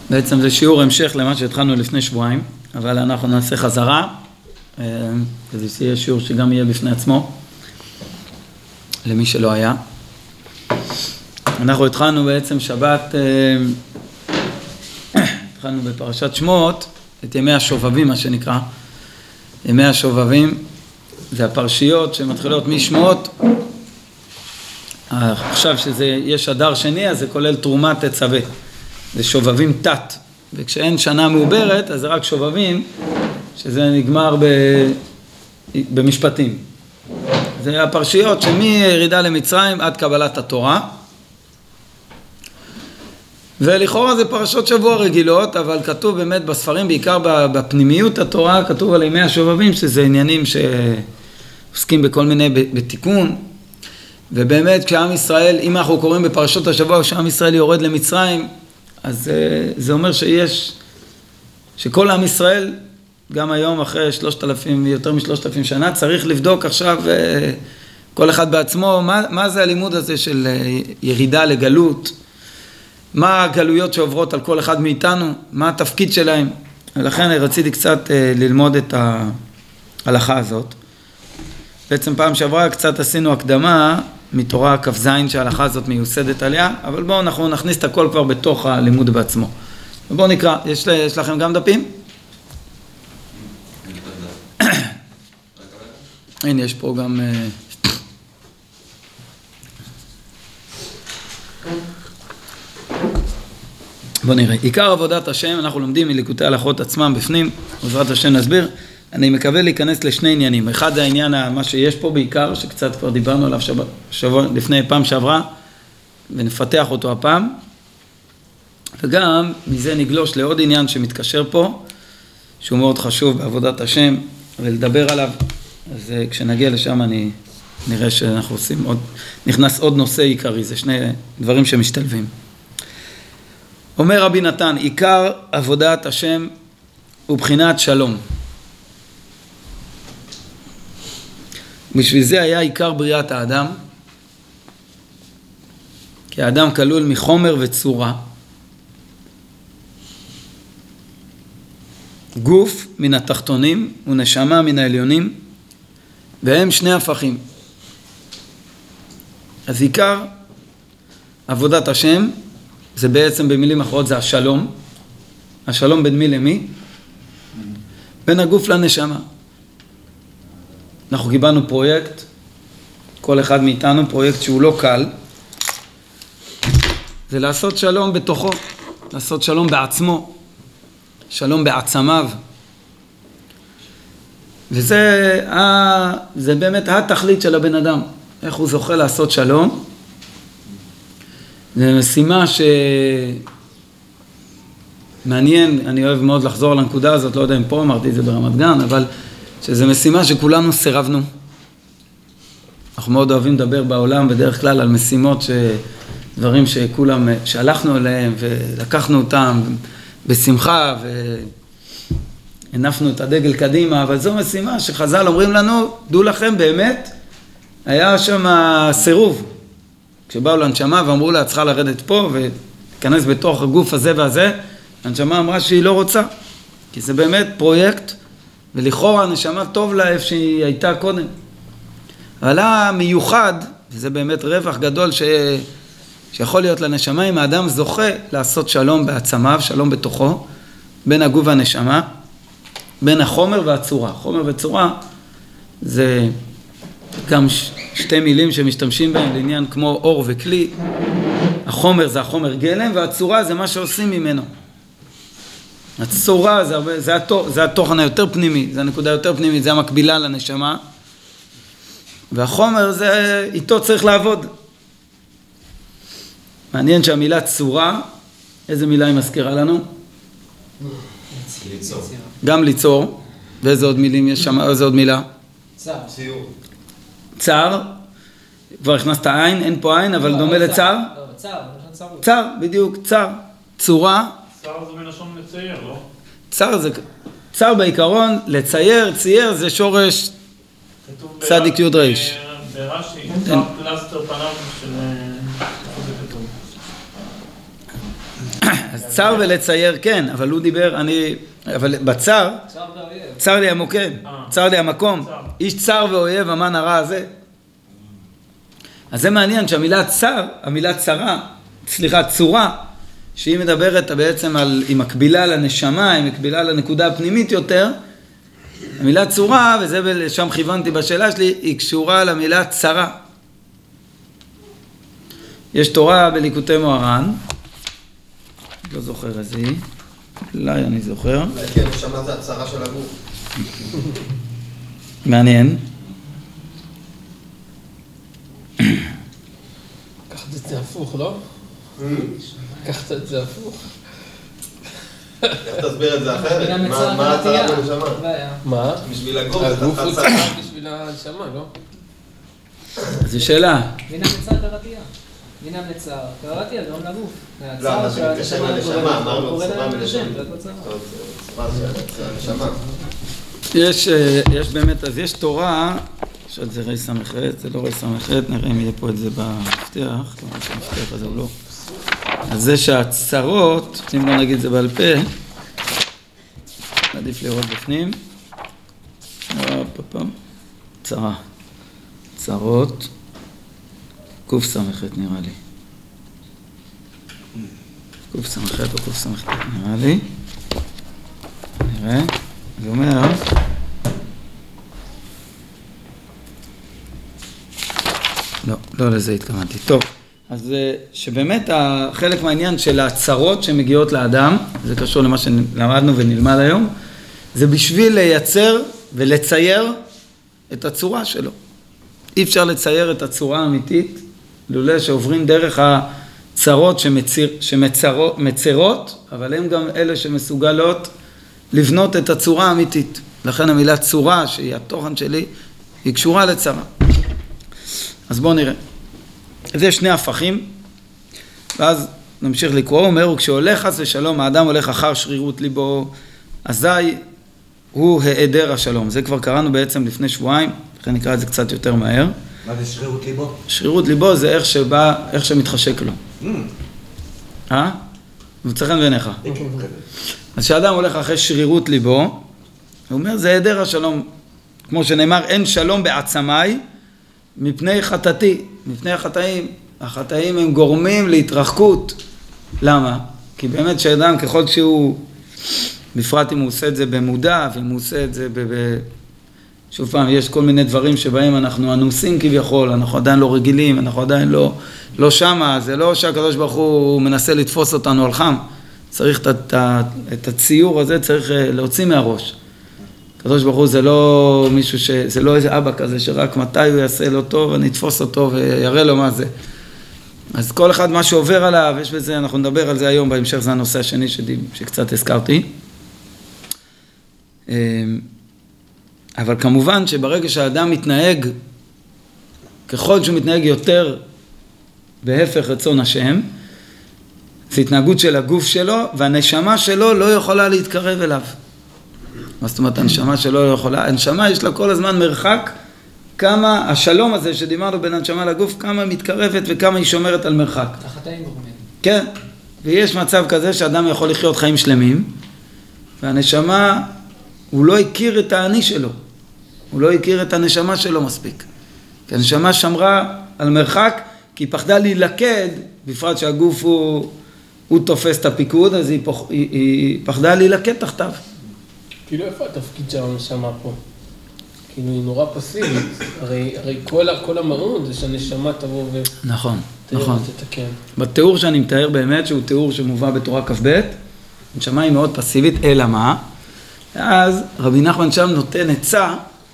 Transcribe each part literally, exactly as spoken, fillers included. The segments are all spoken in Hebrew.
בעצם זה שיעור המשך למה שהתחלנו לפני שבועיים, אבל אנחנו נעשה חזרה, כדי שיהיה שיעור שגם יהיה בפני עצמו, למי שלא היה. אנחנו התחלנו בעצם שבת, התחלנו בפרשת שמות, את ימי השובבים, מה שנקרא. ימי השובבים זה הפרשיות שמתחילות משמות. עכשיו שזה יש אדר שני, אז זה כולל תרומת תצווה. זה שובבים תת. וכשאין שנה מעוברת, אז זה רק שובבים, שזה נגמר ב... במשפטים. זה הפרשיות שמירידה למצרים עד קבלת התורה. ולכאורה זה פרשות שבוע רגילות, אבל כתוב באמת בספרים, בעיקר בפנימיות התורה, כתוב על ימי השובבים, שזה עניינים שעוסקים בכל מיני בתיקון. ובאמת כשעם ישראל, אם אנחנו קוראים בפרשות השבוע, כשעם ישראל יורד למצרים, אז זה אומר שיש, שכל עם ישראל, גם היום אחרי שלושת אלפים, יותר משלושת אלפים שנה, צריך לבדוק עכשיו כל אחד בעצמו, מה, מה זה הלימוד הזה של ירידה לגלות, מה הגלויות שעוברות על כל אחד מאיתנו, מה התפקיד שלהם. ולכן רציתי קצת ללמוד את ההלכה הזאת. בעצם פעם שעברה קצת עשינו הקדמה מתורה כ"ז שההלכה הזאת מיוסדת עליה, אבל בואו אנחנו נכניס את הכל כבר בתוך הלימוד בעצמו. ובואו נקרא, יש, יש לכם גם דפים? הנה, יש פה גם... בואו נראה. עיקר עבודת השם, אנחנו לומדים מליקוטי הלכות עצמם בפנים, בעזרת השם נסביר. אני מקווה להיכנס לשני עניינים. אחד זה העניין, מה שיש פה בעיקר, שקצת כבר דיברנו עליו שבוע, שבוע, לפני פעם שעברה, ונפתח אותו הפעם. וגם מזה נגלוש לעוד עניין שמתקשר פה, שהוא מאוד חשוב בעבודת השם, ולדבר עליו. אז כשנגיע לשם אני נראה שאנחנו עושים עוד, נכנס עוד נושא עיקרי, זה שני דברים שמשתלבים. אומר רבי נתן, עיקר עבודת השם הוא בחינת שלום. בשביל זה היה עיקר בריאת האדם, כי האדם כלול מחומר וצורה, גוף מן התחתונים ונשמה מן העליונים, והם שני הפכים. אז עיקר עבודת השם, זה בעצם במילים אחרות זה השלום. השלום בין מי למי? בין הגוף לנשמה. אנחנו קיבלנו פרויקט, כל אחד מאיתנו, פרויקט שהוא לא קל, זה לעשות שלום בתוכו, לעשות שלום בעצמו, שלום בעצמיו. וזה זה באמת התכלית של הבן אדם, איך הוא זוכה לעשות שלום. זו משימה שמעניין, אני אוהב מאוד לחזור על הנקודה הזאת, לא יודע אם פה אמרתי את זה ברמת גן, אבל שזו משימה שכולנו סירבנו. אנחנו מאוד אוהבים לדבר בעולם בדרך כלל על משימות, דברים שכולם, שהלכנו אליהם ולקחנו אותם בשמחה והנפנו את הדגל קדימה, אבל זו משימה שחז"ל אומרים לנו, דעו לכם באמת, היה שם סירוב. כשבאו לנשמה ואמרו לה, צריכה לרדת פה וכנס בתוך הגוף הזה והזה, הנשמה אמרה שהיא לא רוצה, כי זה באמת פרויקט, ולכאורה הנשמה טוב לה איפה שהיא הייתה קודם. אבל המיוחד, וזה באמת רווח גדול ש... שיכול להיות לנשמה, אם האדם זוכה לעשות שלום בעצמיו, שלום בתוכו, בין הגוף והנשמה, בין החומר והצורה. חומר וצורה זה גם ש... שתי מילים שמשתמשים בהם לעניין כמו אור וכלי. החומר זה החומר גלם, והצורה זה מה שעושים ממנו. הצורה זה, הרבה, זה, התוכן, זה התוכן היותר פנימי, זה הנקודה יותר פנימית, זה המקבילה לנשמה. והחומר זה, איתו צריך לעבוד. מעניין שהמילה צורה, איזה מילה היא מזכירה לנו? ליצור. גם ליצור. ואיזה עוד מילים יש שם, איזה עוד מילה? צר. ציור. צר. כבר הכנסת עין, אין פה עין, אבל דומה לצר. צר, צר. צר, בדיוק, צר. צורה. צר זה מלשון לצייר, לא? צר זה, צר בעיקרון, לצייר, צייר זה שורש צדיק יוד ריש. ברש"י, צר פלסטר פניו של... אז צר ולצייר כן, אבל הוא דיבר, אני, אבל בצר, צר ואויב. צר לי המוקם, צר לי המקום, איש צר ואויב, המן הרע הזה. אז זה מעניין שהמילה צר, המילה צרה, סליחה, צורה, שהיא מדברת בעצם על, היא מקבילה לנשמה, היא מקבילה לנקודה הפנימית יותר, המילה צורה, וזה שם כיוונתי בשאלה שלי, היא קשורה למילה צרה. יש תורה בליקוטי מוהר"ן, לא זוכר איזה היא, אולי אני זוכר. כן, נשמה זה הצרה של הגוף. מעניין. לקחת את זה הפוך, לא? לקחת את זה הפוך. איך תסביר את זה אחרת? מה הצרה בנשמה? מה? בשביל הגוף, הגוף הוא זה צרה בשביל הנשמה, לא? זו שאלה. דינה מצר קראתיה. דינה מצר קראתיה, גורם לגוף. לא, אבל זה מתקשר לנשמה, אמרנו צרה מלשם. מלשם. צרה של הנשמה. יש, יש באמת, אז יש תורה, שעד זה ר' ס"ח, זה לא ר' ס"ח, נראה אם יהיה פה את זה במפתח, לא יש המפתח הזה או לא. אז זה שהצרות, אם לא נגיד זה בעל פה, עדיף לראות בפנים. צרה. צרות. קוף ס"ח נראה לי. קוף ס"ח או קוף ס"ח נראה לי. נראה. זה אומר... לא, לא לזה התכוונתי. טוב. אז שבאמת חלק מהעניין של הצרות שמגיעות לאדם, זה קשור למה שלמדנו ונלמד היום, זה בשביל לייצר ולצייר את הצורה שלו. אי אפשר לצייר את הצורה האמיתית, לולא שעוברים דרך הצרות שמציר, שמצרות, אבל הן גם אלה שמסוגלות לבנות את הצורה האמיתית. לכן המילה צורה, שהיא התוכן שלי, היא קשורה לצרה. אז בואו נראה. אז יש שני הפכים, ואז נמשיך לקרוא, אומר, וכשהולך חס ושלום, האדם הולך אחר שרירות ליבו, אזי הוא העדר השלום. זה כבר קראנו בעצם לפני שבועיים, לכן נקרא את זה קצת יותר מהר. מה זה שרירות ליבו? שרירות ליבו זה איך שבא, איך שמתחשק לו. אה? מוצא חן בעיניך. אז כשאדם הולך אחרי שרירות ליבו, הוא אומר, זה העדר השלום. כמו שנאמר, אין שלום בעצמיי, מפני חטאתי, מפני החטאים. החטאים הם גורמים להתרחקות. למה? כי באמת שאדם ככל שהוא, בפרט אם הוא עושה את זה במודע, ואם הוא עושה את זה ב... ב... שוב פעם, יש כל מיני דברים שבהם אנחנו אנוסים כביכול, אנחנו עדיין לא רגילים, אנחנו עדיין לא, לא שמה, זה לא שהקדוש ברוך הוא מנסה לתפוס אותנו על חם. צריך את, את, את הציור הזה, צריך להוציא מהראש. הקדוש ברוך הוא זה לא מישהו ש... זה לא איזה אבא כזה שרק מתי הוא יעשה לו טוב, אני אתפוס אותו ויראה לו מה זה. אז כל אחד מה שעובר עליו, יש בזה, אנחנו נדבר על זה היום, בהמשך זה הנושא השני שדי, שקצת הזכרתי. אבל כמובן שברגע שהאדם מתנהג, ככל שהוא מתנהג יותר בהפך רצון השם, זה התנהגות של הגוף שלו, והנשמה שלו לא יכולה להתקרב אליו. מה זאת אומרת, הנשמה שלו לא יכולה, הנשמה יש לה כל הזמן מרחק, כמה השלום הזה שדיברנו בין הנשמה לגוף, כמה מתקרבת וכמה היא שומרת על מרחק. החטאים גורמים. כן, ויש מצב כזה שאדם יכול לחיות חיים שלמים, והנשמה, הוא לא הכיר את האני שלו, הוא לא הכיר את הנשמה שלו מספיק. כי הנשמה שמרה על מרחק, כי היא פחדה להילכד, בפרט שהגוף הוא, הוא תופס את הפיקוד, אז היא, פוח, היא, היא פחדה להילכד תחתיו. כאילו איפה התפקיד של הנשמה פה? כאילו היא נורא פסיבית, הרי, הרי כל, כל המהות זה שהנשמה תבוא ו... נכון, נכון. תתקן. בתיאור שאני מתאר באמת, שהוא תיאור שמובא בתורה כ"ב, הנשמה היא מאוד פסיבית, אלא מה? אז רבי נחמן שם נותן עצה,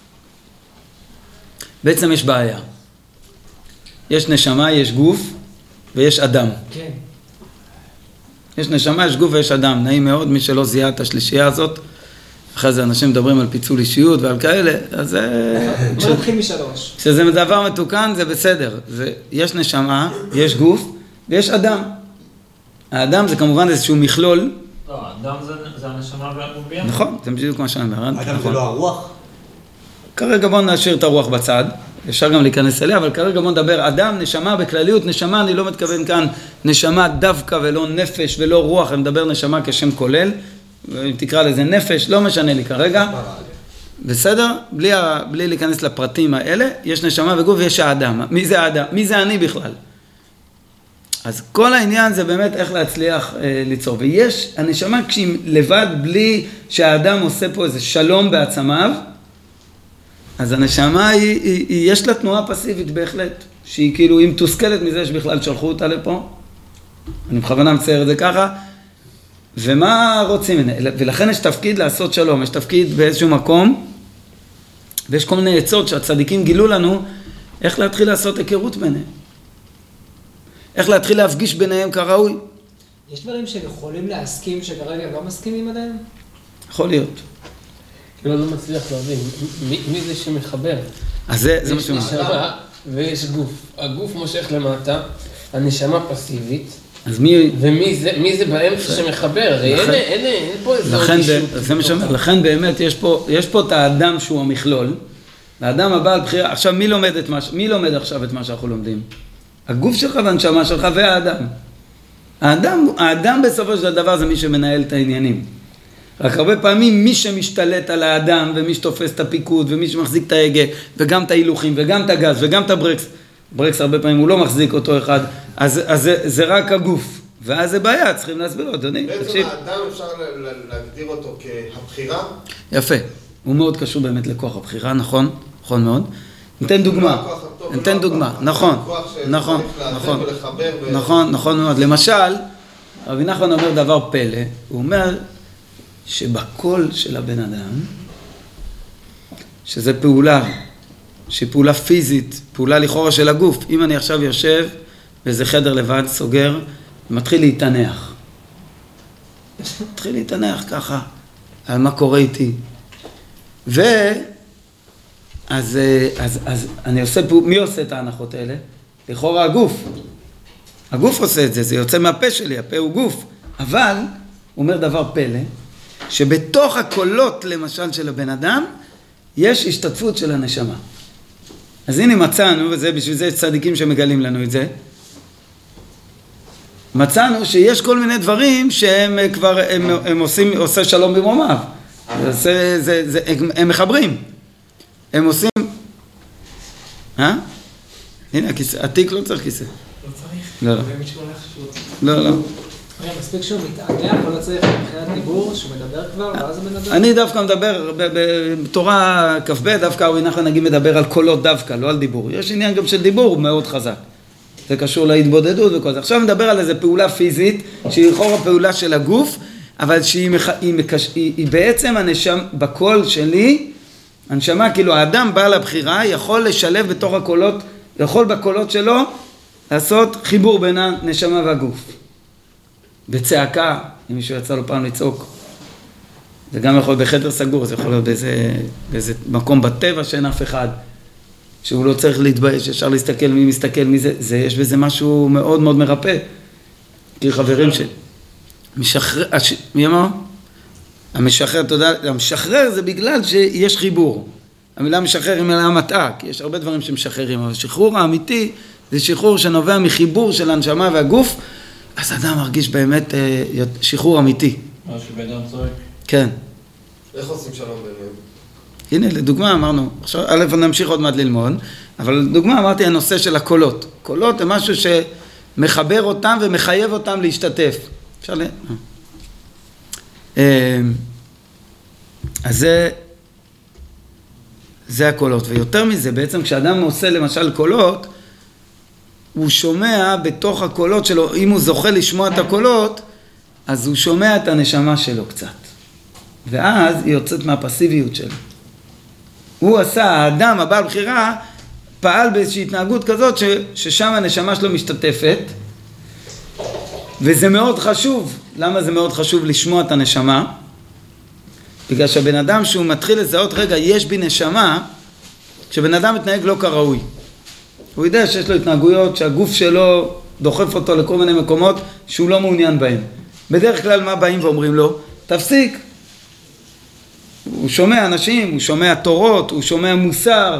בעצם יש בעיה. יש נשמה, יש גוף ויש אדם. כן. יש נשמה, יש גוף ויש אדם. נעים מאוד, מי שלא זיהה את השלישייה הזאת, אחרי זה אנשים מדברים על פיצול אישיות ועל כאלה, אז זה... בוא נתחיל משלוש. כשזה דבר מתוקן זה בסדר. זה, יש נשמה, יש גוף ויש אדם. האדם זה כמובן איזשהו מכלול. לא, האדם זה, זה הנשמה והגוף. נכון, זה בדיוק מה שאני אומר. אדם זה לא הרוח? כרגע בואו נשאיר את הרוח בצד, אפשר גם להיכנס אליה, אבל כרגע בוא נדבר אדם, נשמה, בכלליות נשמה, אני לא מתכוון כאן נשמה דווקא ולא נפש ולא רוח, אני מדבר נשמה כשם כולל, אם תקרא לזה נפש, לא משנה לי כרגע, בסדר? בלי, בלי להיכנס לפרטים האלה, יש נשמה וגוף ויש האדם. מי זה האדם? מי זה אני בכלל? אז כל העניין זה באמת איך להצליח אה, ליצור. ויש, הנשמה כשהיא לבד בלי שהאדם עושה פה איזה שלום בעצמיו, אז הנשמה היא, היא, היא, יש לה תנועה פסיבית בהחלט, שהיא כאילו, היא מתוסכלת מזה שבכלל שלחו אותה לפה. אני בכוונה מצייר את זה ככה. ומה רוצים? ולכן יש תפקיד לעשות שלום, יש תפקיד באיזשהו מקום, ויש כל מיני עצות שהצדיקים גילו לנו, איך להתחיל לעשות היכרות ביניהם. איך להתחיל להפגיש ביניהם כראוי. יש דברים שיכולים להסכים שכרגע הם לא מסכימים עדיין? יכול להיות. כאילו לא מצליח להבין, מי, מי זה שמחבר? אז זה, זה מה יש שאומר. נשמה ויש גוף. הגוף מושך למטה, הנשמה פסיבית. אז מי... ומי זה, מי זה באמצע שמחבר? הרי אין, אין, אין פה איזה לכן, אישות. זה מה שאומר, לכן באמת יש פה, יש פה את האדם שהוא המכלול, האדם הבעל בחירה. עכשיו מי לומד את מה, מי לומד עכשיו את מה שאנחנו לומדים? הגוף שלך והנשמה שלך והאדם. האדם, האדם בסופו של דבר זה מי שמנהל את העניינים. רק הרבה פעמים מי שמשתלט על האדם ומי שתופס את הפיקוד ומי שמחזיק את ההגה וגם את ההילוכים וגם את הגז וגם את הברקס, ברקס הרבה פעמים הוא לא מחזיק אותו אחד, אז, אז זה, זה רק הגוף. ואז זה בעיה, צריכים להסביר אותו, אדוני. בעצם האדם אפשר להגדיר אותו כהבחירה? יפה. הוא מאוד קשור באמת לכוח הבחירה, נכון? נכון מאוד. ניתן דוגמה. ניתן דוגמה. נכון. נכון. נכון. נכון, נכון מאוד. למשל, רבי נחמן אומר דבר פלא. הוא אומר שבקול של הבן אדם, שזה פעולה, שהיא פעולה פיזית, פעולה לכאורה של הגוף. אם אני עכשיו יושב באיזה חדר לבד, סוגר, מתחיל להתענח. מתחיל להתענח ככה, על מה קורה איתי. ו... אז, אז, אז אני עושה, מי עושה את ההנחות האלה? לכאורה הגוף. הגוף עושה את זה, זה יוצא מהפה שלי, הפה הוא גוף. אבל, הוא אומר דבר פלא, שבתוך הקולות למשל של הבן אדם, יש השתתפות של הנשמה. אז הנה מצאנו, וזה בשביל זה צדיקים שמגלים לנו את זה, מצאנו שיש כל מיני דברים שהם כבר, הם, הם עושים, עושה שלום במרומיו. זה, זה, זה, הם, הם מחברים. הם עושים... אה? הנה, הכיסא, התיק לא צריך כיסא. לא צריך. לא, לא. לא, לא. מספיק שהוא מתענח, או לא צריך מבחינת דיבור, שהוא מדבר כבר, ואז הוא מדבר? אני דווקא מדבר, בתורה כ"ב, דווקא רבי נחמן נגיד מדבר על קולות דווקא, לא על דיבור. יש עניין גם של דיבור מאוד חזק. זה קשור להתבודדות וכל זה. עכשיו נדבר על איזו פעולה פיזית, שהיא לכאורה פעולה של הגוף, אבל שהיא מח... היא מקש... היא... היא בעצם הנשמה, בקול שלי, הנשמה, כאילו האדם בעל הבחירה, יכול לשלב בתוך הקולות, יכול בקולות שלו לעשות חיבור בין הנשמה והגוף. בצעקה, אם מישהו יצא לו פעם לצעוק. זה גם יכול להיות בחדר סגור, זה יכול להיות באיזה, באיזה מקום בטבע שאין אף אחד, שהוא לא צריך להתבייש, אפשר להסתכל מי מסתכל, מי זה, זה, יש בזה משהו מאוד מאוד מרפא. כי חברים של... משחרר, הש... מי אמר? המשחרר, תודה, המשחרר זה בגלל שיש חיבור. המילה משחרר היא מילה מטעה, כי יש הרבה דברים שמשחררים, אבל השחרור האמיתי זה שחרור שנובע מחיבור של הנשמה והגוף, אז אדם מרגיש באמת אה, שחרור אמיתי. מה שבאדם צועק. כן. איך עושים שלום ביניהם? הנה, לדוגמה אמרנו, עכשיו, א', נמשיך עוד מעט ללמוד, אבל לדוגמה אמרתי הנושא של הקולות. קולות זה משהו שמחבר אותם ומחייב אותם להשתתף. אפשר ל... אז זה, זה הקולות. ויותר מזה, בעצם כשאדם עושה למשל קולות, הוא שומע בתוך הקולות שלו, אם הוא זוכה לשמוע את הקולות, אז הוא שומע את הנשמה שלו קצת. ואז היא יוצאת מהפסיביות שלו. הוא עשה, האדם, הבעל בחירה, פעל באיזושהי התנהגות כזאת, ש, ששם הנשמה שלו משתתפת, וזה מאוד חשוב. למה זה מאוד חשוב לשמוע את הנשמה? בגלל שהבן אדם שהוא מתחיל לזהות, רגע, יש בי נשמה, כשבן אדם מתנהג לא כראוי. הוא יודע שיש לו התנהגויות שהגוף שלו דוחף אותו לכל מיני מקומות שהוא לא מעוניין בהם. בדרך כלל מה באים ואומרים לו? תפסיק. הוא שומע אנשים, הוא שומע תורות, הוא שומע מוסר,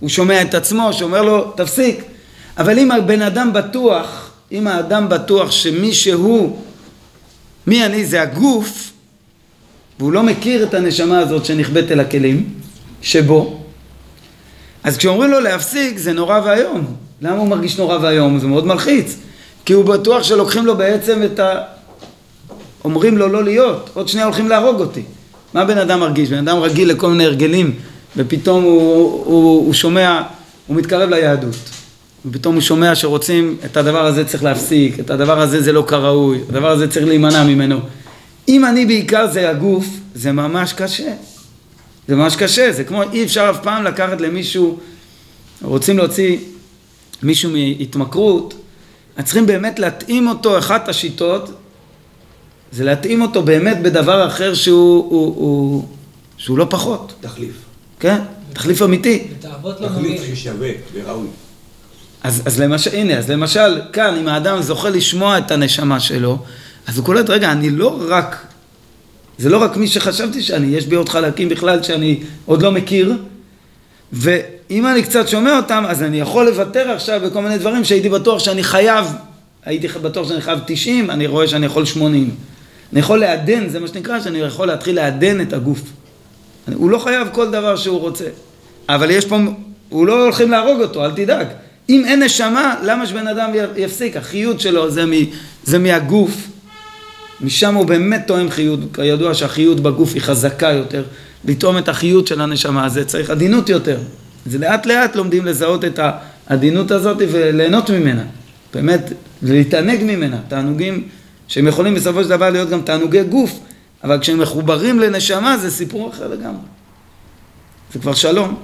הוא שומע את עצמו, שאומר לו, תפסיק. אבל אם הבן אדם בטוח, אם האדם בטוח שמי שהוא, מי אני זה הגוף, והוא לא מכיר את הנשמה הזאת שנכבט אל הכלים, שבו, אז כשאומרים לו להפסיק זה נורא והיום. למה הוא מרגיש נורא והיום? זה מאוד מלחיץ. כי הוא בטוח שלוקחים לו בעצם את ה... אומרים לו לא להיות, עוד שנייה הולכים להרוג אותי. מה בן אדם מרגיש? בן אדם רגיל לכל מיני הרגלים, ופתאום הוא, הוא, הוא שומע, הוא מתקרב ליהדות. ופתאום הוא שומע שרוצים את הדבר הזה צריך להפסיק, את הדבר הזה זה לא כראוי, הדבר הזה צריך להימנע ממנו. אם אני בעיקר זה הגוף, זה ממש קשה. זה ממש קשה, זה כמו אי אפשר אף פעם לקחת למישהו, רוצים להוציא מישהו מהתמכרות, אז צריכים באמת להתאים אותו, אחת השיטות, זה להתאים אותו באמת בדבר אחר שהוא, הוא, הוא, שהוא לא פחות. תחליף. כן? תחליף אמיתי. ותאבות לא מבין. תחליף ששווה וראוי. אז, אז למשל, הנה, אז למשל, כאן, אם האדם זוכה לשמוע את הנשמה שלו, אז הוא קולט, רגע, אני לא רק, זה לא רק מי שחשבתי שאני, יש בי עוד חלקים בכלל שאני עוד לא מכיר, ואם אני קצת שומע אותם, אז אני יכול לוותר עכשיו בכל מיני דברים שהייתי בטוח שאני חייב, הייתי בטוח שאני חייב תשעים, אני רואה שאני יכול שמונים. אני יכול לעדן, זה מה שנקרא, שאני יכול להתחיל לעדן את הגוף. הוא לא חייב כל דבר שהוא רוצה, אבל יש פה, הוא לא הולכים להרוג אותו, אל תדאג. אם אין נשמה, למה שבן אדם יפסיק? החיות שלו זה, מ, זה מהגוף, משם הוא באמת תואם חיות, כידוע שהחיות בגוף היא חזקה יותר, לתאום את החיות של הנשמה, זה צריך עדינות יותר. זה לאט לאט לומדים לזהות את העדינות הזאת וליהנות ממנה, באמת להתענג ממנה, תענוגים שהם יכולים בסופו של דבר להיות גם תענוגי גוף, אבל כשהם מחוברים לנשמה זה סיפור אחר לגמרי, זה כבר שלום.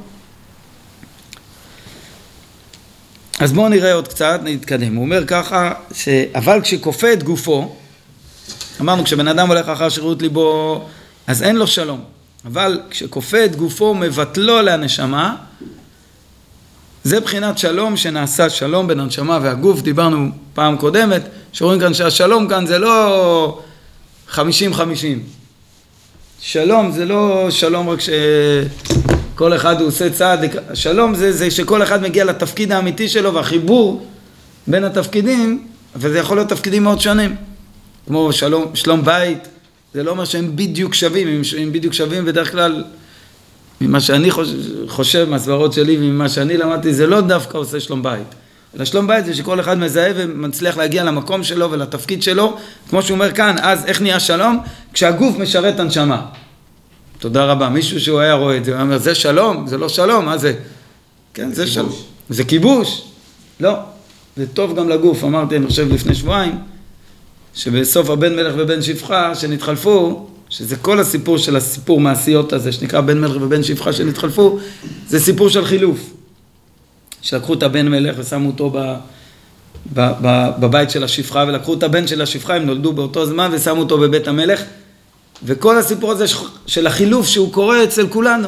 אז בואו נראה עוד קצת, נתקדם. הוא אומר ככה, ש... אבל כשכופה את גופו, אמרנו כשבן אדם הולך אחר שירות ליבו, אז אין לו שלום. אבל כשכופה את גופו מבטלו להנשמה, זה בחינת שלום שנעשה שלום בין הנשמה והגוף. דיברנו פעם קודמת, שרואים כאן שהשלום כאן זה לא חמישים חמישים. שלום זה לא שלום רק שכל אחד הוא עושה צעד, שלום זה, זה שכל אחד מגיע לתפקיד האמיתי שלו, והחיבור בין התפקידים, וזה יכול להיות תפקידים מאוד שונים. כמו שלום, שלום בית, זה לא מה שהם בדיוק שווים, הם בדיוק שווים בדרך כלל, ממה שאני חושב, חושב מהסברות שלי וממה שאני למדתי, זה לא דווקא עושה שלום בית. אלא שלום בית זה שכל אחד מזהה ומצליח להגיע למקום שלו ולתפקיד שלו, כמו שהוא אומר כאן, אז איך נהיה שלום? כשהגוף משרת הנשמה. תודה רבה, מישהו שהוא היה רואה את זה, הוא אומר, זה שלום? זה לא שלום, מה זה? כן, זה שלום. זה כיבוש? לא, זה טוב גם לגוף, אמרתי, אני חושב לפני שבועיים, שבסוף הבן מלך ובן שפחה שנתחלפו, שזה כל הסיפור של הסיפור מעשיות הזה, שנקרא בן מלך ובן שפחה שנתחלפו, זה סיפור של חילוף. שלקחו את הבן מלך ושמו אותו ב, ב, ב, בבית של השפחה, ולקחו את הבן של השפחה, הם נולדו באותו זמן, ושמו אותו בבית המלך, וכל הסיפור הזה של החילוף שהוא קורה אצל כולנו.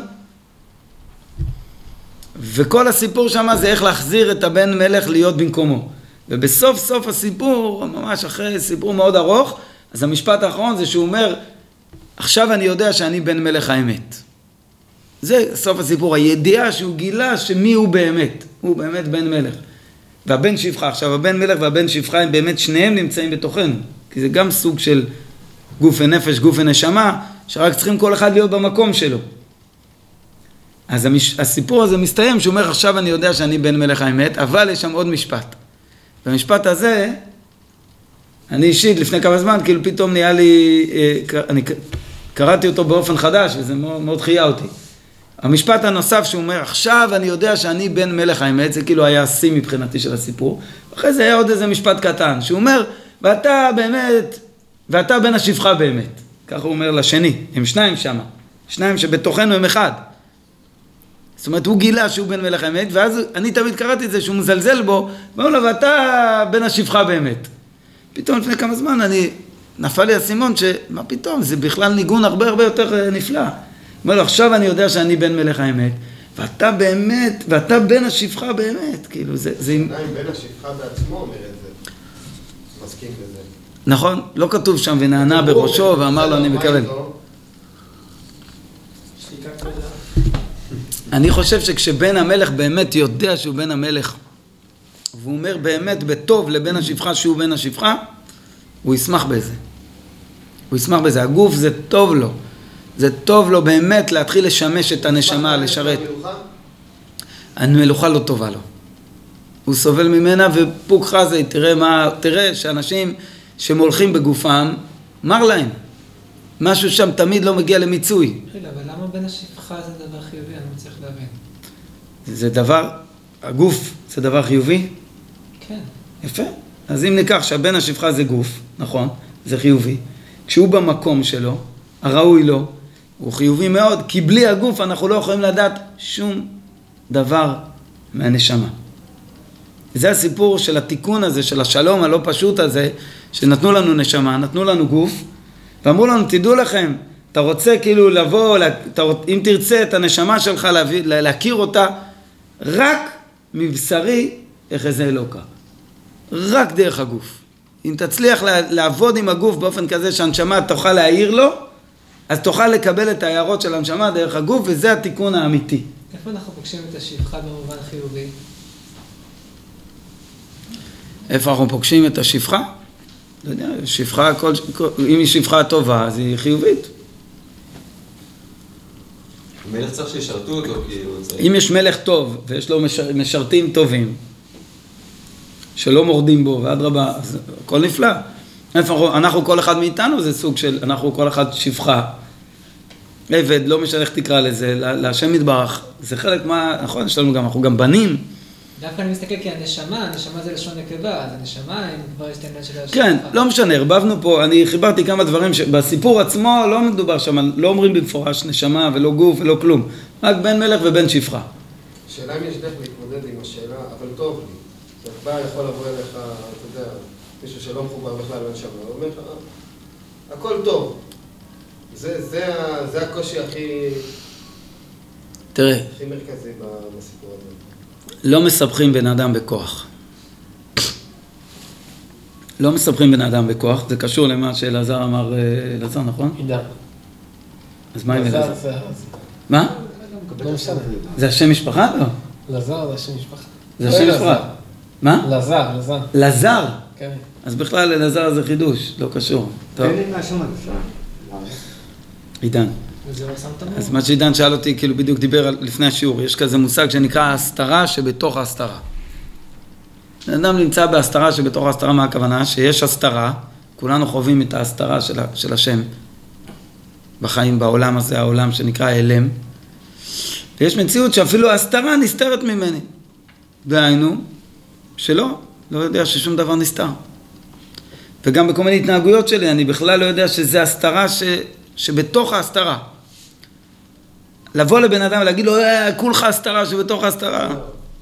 וכל הסיפור שם זה איך להחזיר את הבן מלך להיות במקומו. ובסוף סוף הסיפור, ממש אחרי סיפור מאוד ארוך, אז המשפט האחרון זה שהוא אומר, עכשיו אני יודע שאני בן מלך האמת. זה סוף הסיפור, הידיעה שהוא גילה שמי הוא באמת, הוא באמת בן מלך. והבן שפחה, עכשיו הבן מלך והבן שפחה הם באמת שניהם נמצאים בתוכנו, כי זה גם סוג של גוף ונפש, גוף ונשמה, שרק צריכים כל אחד להיות במקום שלו. אז המש... הסיפור הזה מסתיים, שהוא אומר עכשיו אני יודע שאני בן מלך האמת, אבל יש שם עוד משפט. במשפט הזה, אני אישית לפני כמה זמן, כאילו פתאום נהיה לי, אני קראתי אותו באופן חדש, וזה מאוד, מאוד חייה אותי. המשפט הנוסף שהוא אומר, עכשיו אני יודע שאני בן מלך האמת, זה כאילו היה השיא מבחינתי של הסיפור. אחרי זה היה עוד איזה משפט קטן, שהוא אומר, ואתה באמת, ואתה בן השפחה באמת. ככה הוא אומר לשני, הם שניים שם, שניים שבתוכנו הם אחד. זאת אומרת, הוא גילה שהוא בן מלך האמת, ואז אני תמיד קראתי את זה, שהוא מזלזל בו, ואומר לו, ואתה בן השפחה באמת. פתאום לפני כמה זמן אני, נפל לי הסימון, שמה פתאום, זה בכלל ניגון הרבה הרבה יותר נפלא. אומר לו, עכשיו אני יודע שאני בן מלך האמת, ואתה באמת, ואתה בן השפחה באמת, כאילו זה... זה... בן השפחה בעצמו אומר את זה, מסכים לזה. נכון, לא כתוב שם, ונענה בראשו, ואמר לו, אני מקבל. אני חושב שכשבן המלך באמת יודע שהוא בן המלך, והוא אומר באמת בטוב לבן השפחה שהוא בן השפחה, הוא ישמח בזה. הוא ישמח בזה. הגוף זה טוב לו. זה טוב לו באמת להתחיל לשמש את הנשמה, לשרת. המלוכה לא טובה לו. הוא סובל ממנה ופוק חזי, תראה מה, תראה שאנשים שמולכים בגופם, מר להם. משהו שם תמיד לא מגיע למיצוי. רגע, אבל למה בן השפחה זה דבר חיובי? אני מצליח להבין. זה דבר, הגוף זה דבר חיובי? כן. יפה. אז אם ניקח שהבן השפחה זה גוף, נכון, זה חיובי. כשהוא במקום שלו, הראוי לו, הוא חיובי מאוד, כי בלי הגוף אנחנו לא יכולים לדעת שום דבר מהנשמה. זה הסיפור של התיקון הזה, של השלום הלא פשוט הזה, שנתנו לנו נשמה, נתנו לנו גוף, ואמרו לנו, תדעו לכם, אתה רוצה כאילו לבוא, אתה, אם תרצה את הנשמה שלך, להביא, להכיר אותה, רק מבשרי יחזה אלוקה. רק דרך הגוף. אם תצליח לעבוד עם הגוף באופן כזה שהנשמה תוכל להעיר לו, אז תוכל לקבל את ההערות של הנשמה דרך הגוף, וזה התיקון האמיתי. איפה אנחנו פוגשים את השפחה במובן חיובי? איפה אנחנו פוגשים את השפחה? לא יודע, שפחה, כל, כל, אם היא שפחה טובה, אז היא חיובית. המלך צריך שישרתו אותו, כאילו. אם יש מלך טוב, ויש לו משר, משרתים טובים, שלא מורדים בו, ועד רבה, אז הכל נפלא. איפה אנחנו, כל אחד מאיתנו, זה סוג של, אנחנו כל אחד שפחה. עבד, לא משנה איך תקרא לזה, להשם יתברך, זה חלק מה, נכון, יש לנו גם, אנחנו גם בנים. דווקא אני מסתכל כי הנשמה, הנשמה זה לשון נקבה, אז הנשמה, אם כבר יש את העניין של השפחה. כן, לא משנה, הרבבנו פה, אני חיברתי כמה דברים שבסיפור עצמו לא מדובר שם, לא אומרים במפורש נשמה ולא גוף ולא כלום, רק בן מלך ובן שפחה. שאלה אם יש דרך להתמודד עם השאלה, אבל טוב לי. זאת אומרת, בא יכול לבוא אליך, אתה יודע, מישהו שלא מחובר בכלל לנשמה, הוא אומר לך, הכל טוב. זה, זה, זה הקושי הכי, תראה, הכי מרכזי בסיפור הזה. לא מסבכים בן אדם בכוח. לא מסבכים בן אדם בכוח, זה קשור למה שאלעזר אמר, אלעזר, נכון? עידן. אז מה עם אלעזר? לזר זה... מה? לא משנה. זה השם משפחה? לא. לזר זה השם משפחה. זה השם משפחה. מה? לזר, לזר. לזר? כן. אז בכלל אלעזר זה חידוש, לא קשור. טוב. עידן. וזה לא שמת אז מה שעידן שאל אותי, כאילו בדיוק דיבר לפני השיעור, יש כזה מושג שנקרא ההסתרה שבתוך ההסתרה. האדם נמצא בהסתרה שבתוך ההסתרה, מה הכוונה? שיש הסתרה, כולנו חווים את ההסתרה של, של השם בחיים, בעולם הזה, העולם שנקרא אלם, ויש מציאות שאפילו ההסתרה נסתרת ממני. דהיינו, שלא, לא יודע ששום דבר נסתר. וגם בכל מיני התנהגויות שלי, אני בכלל לא יודע שזה הסתרה ש... שבתוך ההסתרה. לבוא לבן אדם ולהגיד לו, אה, כולך הסתרה שבתוך ההסתרה.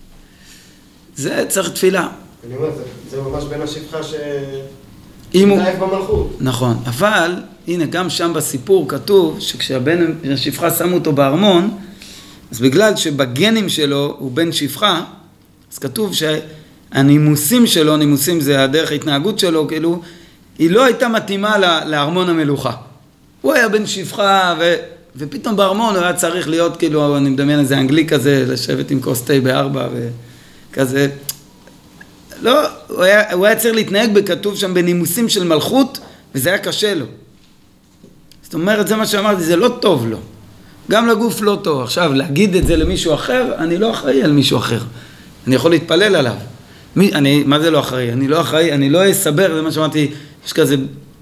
זה צריך תפילה. אני אומר, זה, זה ממש בין השפחה ש... אם הוא... נאיף במלכות. נכון, אבל הנה גם שם בסיפור כתוב שכשהבן השפחה שמו אותו בארמון, אז בגלל שבגנים שלו הוא בן שפחה, אז כתוב שהנימוסים שלו, נימוסים זה הדרך ההתנהגות שלו, כאילו, היא לא הייתה מתאימה לארמון המלוכה. הוא היה בן שפחה, ו... ופתאום בארמון הוא היה צריך להיות, כאילו, אני מדמיין איזה אנגלי כזה, לשבת עם כוס תה בארבע, וכזה. לא, הוא היה, הוא היה צריך להתנהג בכתוב שם בנימוסים של מלכות, וזה היה קשה לו. זאת אומרת, זה מה שאמרתי, זה לא טוב לו. גם לגוף לא טוב. עכשיו, להגיד את זה למישהו אחר, אני לא אחראי על מישהו אחר. אני יכול להתפלל עליו. מי, אני, מה זה לא אחראי? אני לא אחראי, אני לא אסבר, זה מה שאמרתי, יש כזה,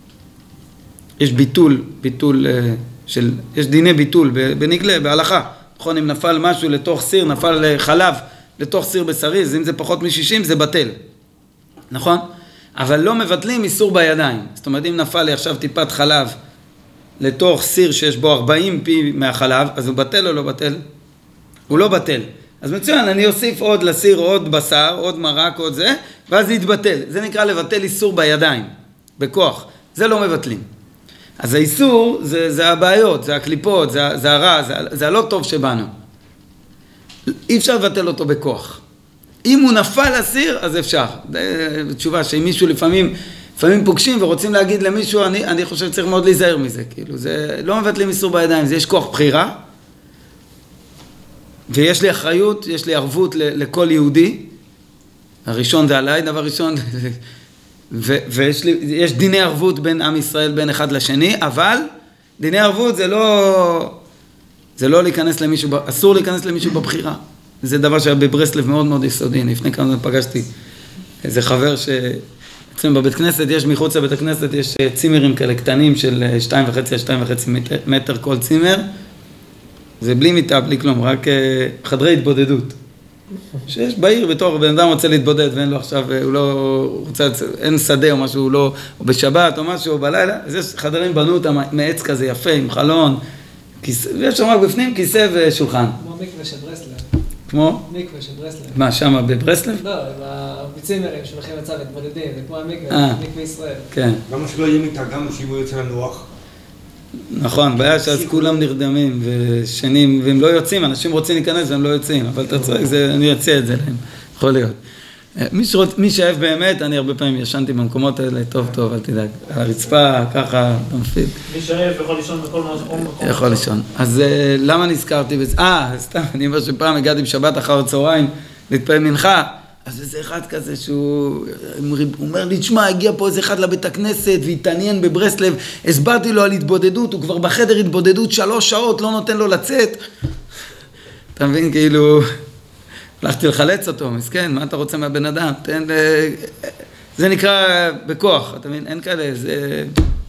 יש ביטול, ביטול של, יש דיני ביטול בנגלה, בהלכה. נכון, אם נפל משהו לתוך סיר, נפל חלב לתוך סיר בשרי, אז אם זה פחות מ-שישים, זה בטל. נכון? אבל לא מבטלים איסור בידיים. זאת אומרת, אם נפל לי עכשיו טיפת חלב לתוך סיר שיש בו ארבעים פי מהחלב, אז הוא בטל או לא בטל? הוא לא בטל. אז מצוין, אני אוסיף עוד לסיר, עוד בשר, עוד מרק, עוד זה, ואז זה יתבטל. זה נקרא לבטל איסור בידיים, בכוח. זה לא מבטלים. אז האיסור זה, זה הבעיות, זה הקליפות, זה, זה הרע, זה, זה הלא טוב שבנו. אי אפשר לבטל אותו בכוח. אם הוא נפל לסיר, אז אפשר. תשובה שאם מישהו לפעמים, לפעמים פוגשים ורוצים להגיד למישהו, אני, אני חושב שצריך מאוד להיזהר מזה. כאילו, זה לא מבטלים איסור בידיים, זה יש כוח בחירה. ויש לי אחריות, יש לי ערבות לכל יהודי, הראשון זה עליי, דבר ראשון, ו- ויש לי, יש דיני ערבות בין עם ישראל, בין אחד לשני, אבל דיני ערבות זה לא, זה לא להיכנס למישהו, אסור להיכנס למישהו בבחירה. זה דבר שהיה בברסלב מאוד מאוד יסודי. לפני כמה זמן פגשתי איזה חבר שאצלנו בבית כנסת, יש מחוץ לבית הכנסת, יש צימרים כאלה קטנים של שתיים וחצי, שתיים וחצי מטר, מטר כל צימר. זה בלי מיטה, בלי כלום, רק חדרי התבודדות. שיש בעיר בתור, בן אדם רוצה להתבודד ואין לו עכשיו, הוא לא רוצה, אין שדה או משהו, הוא לא, או בשבת או משהו, או בלילה, אז יש חדרים בנו אותם מעץ כזה יפה, עם חלון, כיסא, ויש שם רק בפנים כיסא ושולחן. כמו מקווה של ברסלב. כמו? מקווה של ברסלב. מה, שם בברסלב? לא, הצימרים שהולכים לצד מתבודדים, זה כמו המקווה, מקווה ישראל. כן. למה שלא יהיה מיטה גם שאם הוא יוצא לנוח? נכון, בעיה שאז כולם נרדמים ושנים, והם לא יוצאים, אנשים רוצים להיכנס והם לא יוצאים, אבל אתה צועק, אני אציע את זה להם, יכול להיות. מי, שרוצ... מי שאהב באמת, אני הרבה פעמים ישנתי במקומות האלה, טוב טוב, אל תדאג, על הרצפה, ככה, תמפיד. מי שאהב יכול לישון בכל מקום. יכול לישון. אז למה נזכרתי בזה? אה, סתם, אני אומר שפעם הגעתי בשבת אחר הצהריים להתפעל מנחה, אז איזה אחד כזה שהוא אומר לי, תשמע, הגיע פה איזה אחד לבית הכנסת והתעניין בברסלב, הסברתי לו על התבודדות, הוא כבר בחדר התבודדות שלוש שעות, לא נותן לו לצאת. אתה מבין, כאילו, הלכתי לחלץ אותו, מסכן, מה אתה רוצה מהבן אדם? תן, זה נקרא בכוח, אתה מבין, אין כאלה, זה...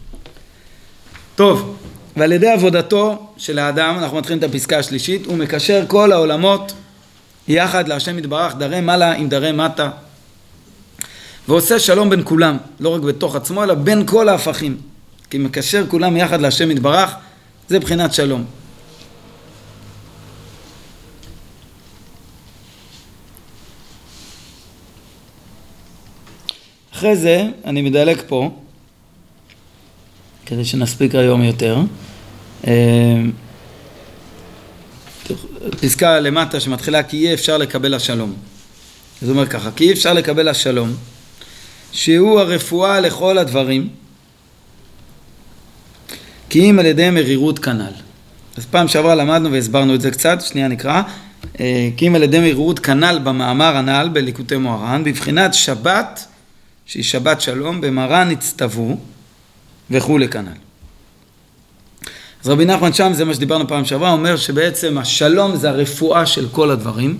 טוב, ועל ידי עבודתו של האדם, אנחנו מתחילים את הפסקה השלישית, הוא מקשר כל העולמות, יחד להשם יתברך, דרי מעלה עם דרי מטה, ועושה שלום בין כולם, לא רק בתוך עצמו, אלא בין כל ההפכים, כי מקשר כולם יחד להשם יתברך, זה בחינת שלום. אחרי זה, אני מדלק פה, כדי שנספיק היום יותר, פסקה למטה שמתחילה כי אי אפשר לקבל השלום. זאת אומרת ככה, כי אי אפשר לקבל השלום, שהוא הרפואה לכל הדברים, כי אם על ידי מרירות כנל. אז פעם שעברה למדנו והסברנו את זה קצת, שנייה נקרא, כי אם על ידי מרירות כנל במאמר הנ"ל בליקוטי מוהר"ן, בבחינת שבת, שהיא שבת שלום, במרן הצטוו וכו' לכנל. אז רבי נחמן שם, זה מה שדיברנו פעם שעברה, אומר שבעצם השלום זה הרפואה של כל הדברים,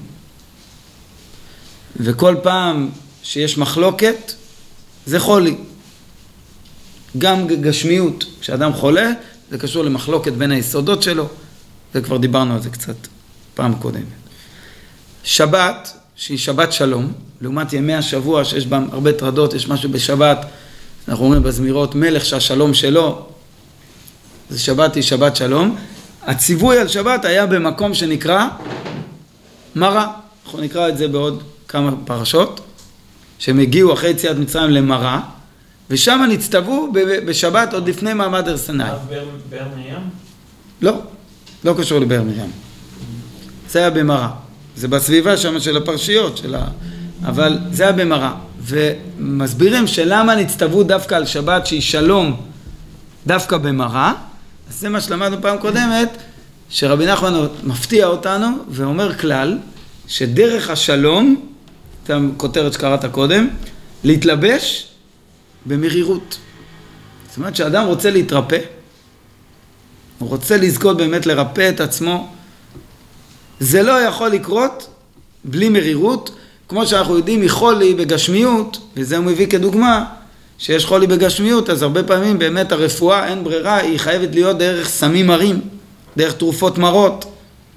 וכל פעם שיש מחלוקת, זה חולי. גם גשמיות, כשאדם חולה, זה קשור למחלוקת בין היסודות שלו, וכבר דיברנו על זה קצת פעם קודמת. שבת, שהיא שבת שלום, לעומת ימי השבוע שיש בהם הרבה טרדות, יש משהו בשבת, אנחנו אומרים בזמירות, מלך שהשלום שלו, זה שבת היא שבת שלום. הציווי על שבת היה במקום שנקרא מראה. אנחנו נקרא את זה בעוד כמה פרשות, שהם הגיעו אחרי יציאת מצרים למראה, ושם נצטוו בשבת עוד לפני מעמד הר סיני. באר מרים? לא, לא קשור לבאר מרים. זה היה במראה. זה בסביבה שם של הפרשיות, של ה... אבל זה היה במראה. ומסבירים שלמה נצטוו דווקא על שבת שהיא שלום דווקא במראה, אז זה מה שלמדנו פעם קודמת, שרבי נחמן מפתיע אותנו ואומר כלל, שדרך השלום, את הכותרת שקראת קודם, להתלבש במרירות. זאת אומרת שאדם רוצה להתרפא, הוא רוצה לזכות באמת לרפא את עצמו, זה לא יכול לקרות בלי מרירות, כמו שאנחנו יודעים מחולי בגשמיות, וזה הוא מביא כדוגמה, שיש חולי בגשמיות, אז הרבה פעמים באמת הרפואה אין ברירה, היא חייבת להיות דרך סמים מרים, דרך תרופות מרות.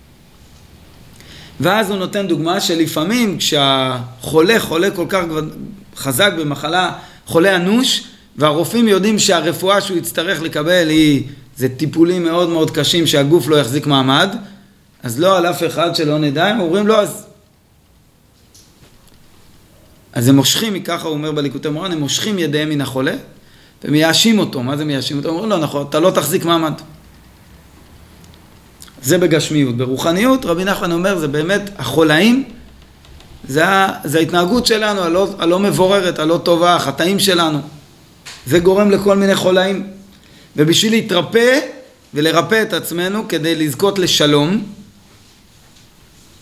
ואז הוא נותן דוגמה שלפעמים כשהחולה חולה כל כך חזק במחלה, חולה אנוש, והרופאים יודעים שהרפואה שהוא יצטרך לקבל היא, זה טיפולים מאוד מאוד קשים שהגוף לא יחזיק מעמד, אז לא על אף אחד שלא נדע, הם אומרים לו אז... אז הם מושכים, ככה הוא אומר בליקוטי מוהר"ן, הם מושכים ידיהם מן החולה, ומייאשים אותו. מה זה מייאשים אותו? אומרים לו, נכון, אתה לא תחזיק מעמד. זה בגשמיות. ברוחניות, רבי נחמן אומר, זה באמת, החולאים, זה, זה ההתנהגות שלנו, הלא, הלא מבוררת, הלא טובה, החטאים שלנו. זה גורם לכל מיני חולאים. ובשביל להתרפא ולרפא את עצמנו, כדי לזכות לשלום,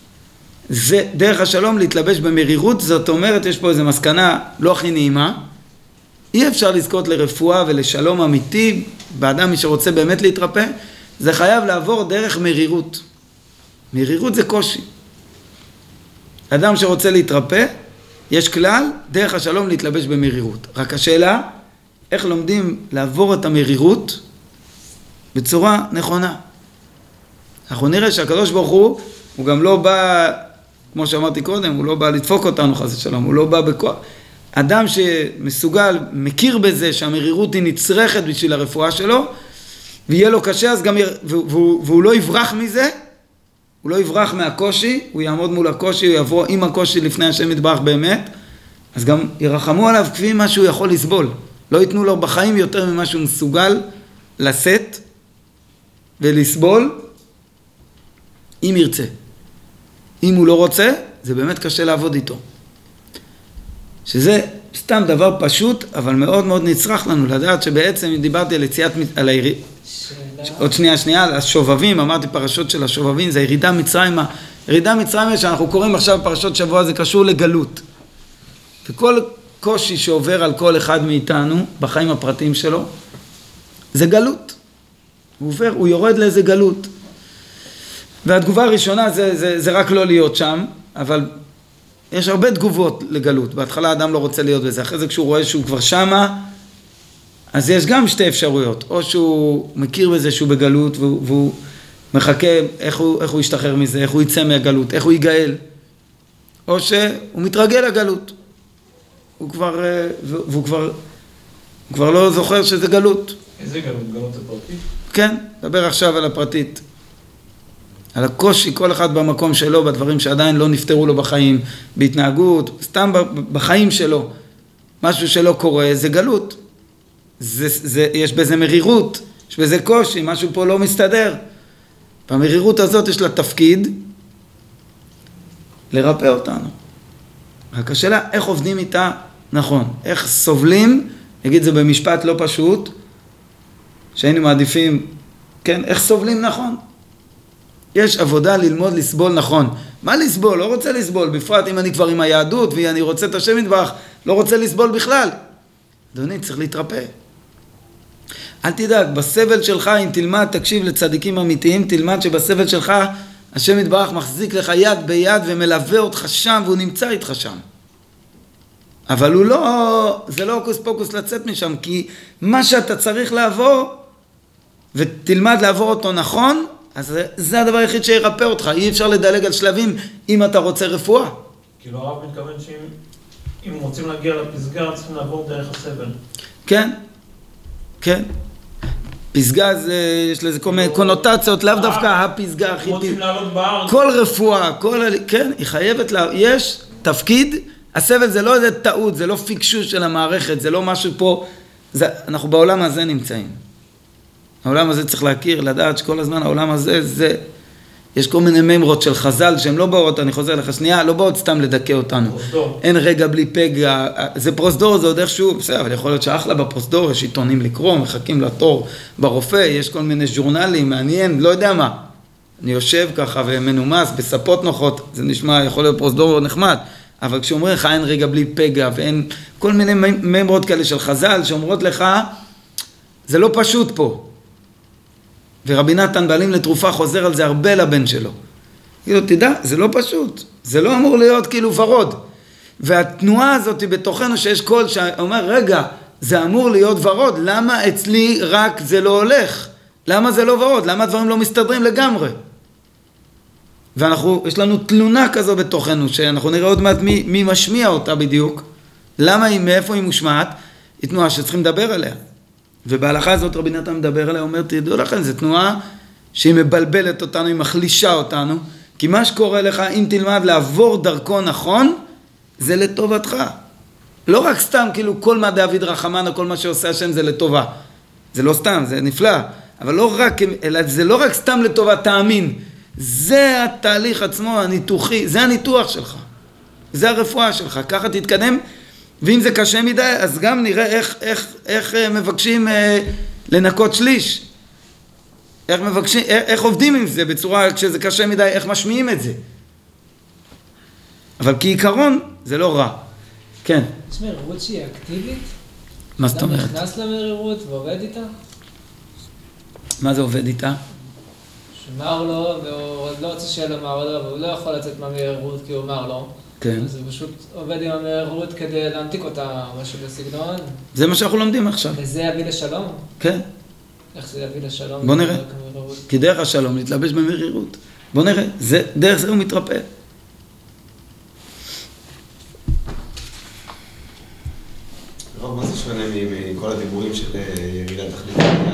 זה דרך השלום להתלבש במרירות, זאת אומרת, יש פה איזו מסקנה לא הכי נעימה, אי אפשר לזכות לרפואה ולשלום אמיתי, באדם מי שרוצה באמת להתרפא, זה חייב לעבור דרך מרירות. מרירות זה קושי. אדם שרוצה להתרפא, יש כלל, דרך השלום להתלבש במרירות. רק השאלה, איך לומדים לעבור את המרירות בצורה נכונה. אנחנו נראה שהקדוש ברוך הוא, הוא גם לא בא, כמו שאמרתי קודם, הוא לא בא לדפוק אותנו חס ושלום, הוא לא בא בכוח. אדם שמסוגל, מכיר בזה שהמרירות היא נצרכת בשביל הרפואה שלו, ויהיה לו קשה, אז גם, והוא, והוא לא יברח מזה, הוא לא יברח מהקושי, הוא יעמוד מול הקושי, הוא יבוא עם הקושי לפני השם יתברך באמת, אז גם ירחמו עליו כפי מה שהוא יכול לסבול. לא ייתנו לו בחיים יותר ממה שהוא מסוגל לשאת ולסבול, אם ירצה. אם הוא לא רוצה, זה באמת קשה לעבוד איתו. שזה סתם דבר פשוט, אבל מאוד מאוד נצרך לנו לדעת שבעצם דיברתי על יציאת, על היריד, עוד שנייה שנייה, על השובבים, אמרתי פרשות של השובבים, זה ירידה מצרימה. ירידה מצרימה שאנחנו קוראים עכשיו פרשות שבוע, זה קשור לגלות. וכל קושי שעובר על כל אחד מאיתנו, בחיים הפרטיים שלו, זה גלות. הוא עובר, הוא יורד לאיזה גלות. והתגובה הראשונה זה, זה, זה רק לא להיות שם, אבל יש הרבה תגובות לגלות. בהתחלה האדם לא רוצה להיות בזה, אחרי זה כשהוא רואה שהוא כבר שמה, אז יש גם שתי אפשרויות. או שהוא מכיר בזה שהוא בגלות, והוא, והוא מחכה איך הוא, איך הוא ישתחרר מזה, איך הוא יצא מהגלות, איך הוא יגאל. או שהוא מתרגל לגלות. הוא כבר, והוא כבר, הוא כבר לא זוכר שזה גלות. איזה גלות? גלות הפרטית? כן, דבר עכשיו על הפרטית. על הקושי, כל אחד במקום שלו, בדברים שעדיין לא נפטרו לו בחיים, בהתנהגות, סתם בחיים שלו, משהו שלא קורה, זה גלות. זה, זה, יש בזה מרירות, יש בזה קושי, משהו פה לא מסתדר. במרירות הזאת יש לה תפקיד לרפא אותנו. רק השאלה, איך עובדים איתה נכון? איך סובלים, נגיד זה במשפט לא פשוט, שהיינו מעדיפים, כן, איך סובלים נכון? יש עבודה ללמוד לסבול נכון. מה לסבול? לא רוצה לסבול, בפרט אם אני כבר עם היהדות ואני רוצה את השם יתברך, לא רוצה לסבול בכלל. אדוני, צריך להתרפא. אל תדאג, בסבל שלך, אם תלמד, תקשיב לצדיקים אמיתיים, תלמד שבסבל שלך, השם יתברך מחזיק לך יד ביד ומלווה אותך שם, והוא נמצא איתך שם. אבל הוא לא, זה לא אוקוס פוקוס לצאת משם, כי מה שאתה צריך לעבור, ותלמד לעבור אותו נכון, אז זה, זה הדבר היחיד שירפא אותך. אי אפשר לדלג על שלבים אם אתה רוצה רפואה. כאילו הרב מתכוון שאם רוצים להגיע לפסגה, צריכים לעבור דרך הסבל. כן, כן. פסגה זה, יש לזה כל מיני קונוטציות, לאו דווקא הפסגה הכי... רוצים לעלות בהר. כל רפואה, כל... כן, היא חייבת לה... יש תפקיד, הסבל זה לא איזה טעות, זה לא פיקשוש של המערכת, זה לא משהו פה... זה, אנחנו בעולם הזה נמצאים. העולם הזה צריך להכיר, לדעת שכל הזמן העולם הזה, זה... יש כל מיני מימרות של חז"ל שהן לא באות, אני חוזר לך שנייה, לא באות סתם לדכא אותנו. פרוסדור. אין רגע בלי פגע, זה פרוסדור, זה עוד איכשהו, בסדר, אבל יכול להיות שאחלה בפרוסדור, יש עיתונים לקרוא, מחכים לתור ברופא, יש כל מיני ז'ורנלים, מעניין, לא יודע מה. אני יושב ככה ומנומס, בספות נוחות, זה נשמע, יכול להיות פרוסדור נחמד, אבל כשאומרים לך אין רגע בלי פגע, ואין כל מיני מימרות כאלה של חז"ל, שאומרות לך, זה לא פשוט פה. ורבי נתן בעלים לתרופה חוזר על זה הרבה לבן שלו. כאילו, תדע, זה לא פשוט. זה לא אמור להיות כאילו ורוד. והתנועה הזאת בתוכנו שיש קול שאומר, רגע, זה אמור להיות ורוד. למה אצלי רק זה לא הולך? למה זה לא ורוד? למה הדברים לא מסתדרים לגמרי? ואנחנו, יש לנו תלונה כזו בתוכנו, שאנחנו נראה עוד מעט מי, מי משמיע אותה בדיוק. למה היא, מאיפה היא מושמעת? היא תנועה שצריכים לדבר עליה. ובהלכה הזאת רבי נתן מדבר עליה, אומר, תדעו לכם, זו תנועה שהיא מבלבלת אותנו, היא מחלישה אותנו, כי מה שקורה לך, אם תלמד לעבור דרכו נכון, זה לטובתך. לא רק סתם, כאילו, כל מה דוד רחמן, או כל מה שעושה השם זה לטובה. זה לא סתם, זה נפלא. אבל לא רק, אלא זה לא רק סתם לטובה, תאמין. זה התהליך עצמו, הניתוחי, זה הניתוח שלך. זה הרפואה שלך. ככה תתקדם. ואם זה קשה מדי, אז גם נראה איך, איך, איך מבקשים אה, לנקות שליש. איך מבקשים, איך, איך עובדים עם זה בצורה, כשזה קשה מדי, איך משמיעים את זה. אבל כעיקרון זה לא רע. כן. יש מרירות שהיא אקטיבית? מה זאת אומרת? אדם נכנס למרירות ועובד איתה? מה זה עובד איתה? שמר לו, והוא לא רוצה שיהיה לו מר לו, והוא לא יכול לצאת מהמרירות כי הוא מר לו. כן. אז הוא פשוט עובד עם המרירות כדי להמתיק אותה, משהו בסגנון. זה מה שאנחנו לומדים עכשיו. וזה יביא לשלום? כן. איך זה יביא לשלום? בוא נראה. כי דרך השלום להתלבש במרירות. בוא נראה. זה, דרך זה הוא מתרפא. רוב, מה זה שונה מכל הדיבורים של ירידת תכלית העלייה?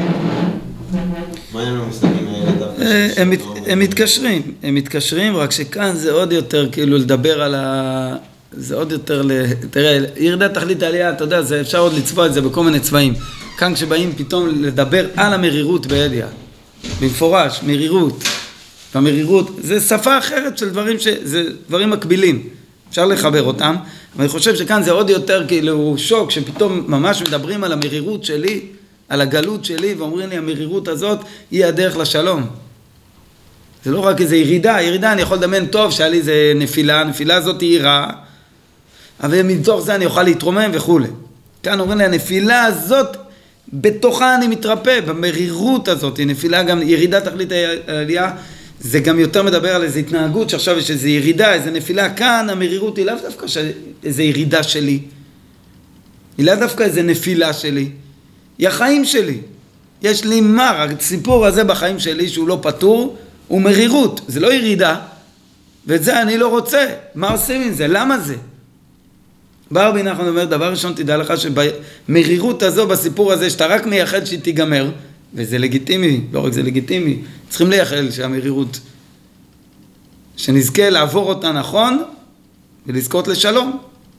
מה הם לא מסתכלים האלה דווקא? הם מתקשרים, הם מתקשרים, רק שכאן זה עוד יותר כאילו לדבר על ה... זה עוד יותר ל... תראה, ירידת תכלית העלייה, אתה יודע, זה אפשר עוד לצבוע את זה בכל מיני צבעים. כאן כשבאים פתאום לדבר על המרירות באליה, במפורש, מרירות. והמרירות, זה שפה אחרת של דברים ש... זה דברים מקבילים. אפשר לחבר אותם, אבל אני חושב שכאן זה עוד יותר כאילו שוק, שפתאום ממש מדברים על המרירות שלי, על הגלות שלי, ואומרים לי, המרירות הזאת היא הדרך לשלום. זה לא רק איזו ירידה, ירידה אני יכול לדמיין טוב, שהיה לי איזה נפילה, הנפילה הזאת היא רעה, אבל מתוך זה אני אוכל להתרומם וכו'. כאן אומרים לי, הנפילה הזאת, בתוכה אני מתרפא, במרירות הזאת, היא נפילה גם, ירידה תכלית העלייה, זה גם יותר מדבר על איזו התנהגות, שעכשיו יש איזו ירידה, איזו נפילה, כאן המרירות היא לאו דווקא איזו ירידה שלי, היא לאו דווקא איזו נפילה שלי, היא החיים שלי. יש לי מר, הסיפור הזה בחיים שלי שהוא לא פתור, הוא מרירות, זה לא ירידה, ואת זה אני לא רוצה. מה עושים עם זה? למה זה? בא רבי נחמן אומר, דבר ראשון תדע לך שבמרירות הזו, בסיפור הזה, שאתה רק מייחד שהיא תיגמר, וזה לגיטימי, לא רק זה לגיטימי, צריכים לייחד שהמרירות, שנזכה לעבור אותה נכון, ולזכות לשלום.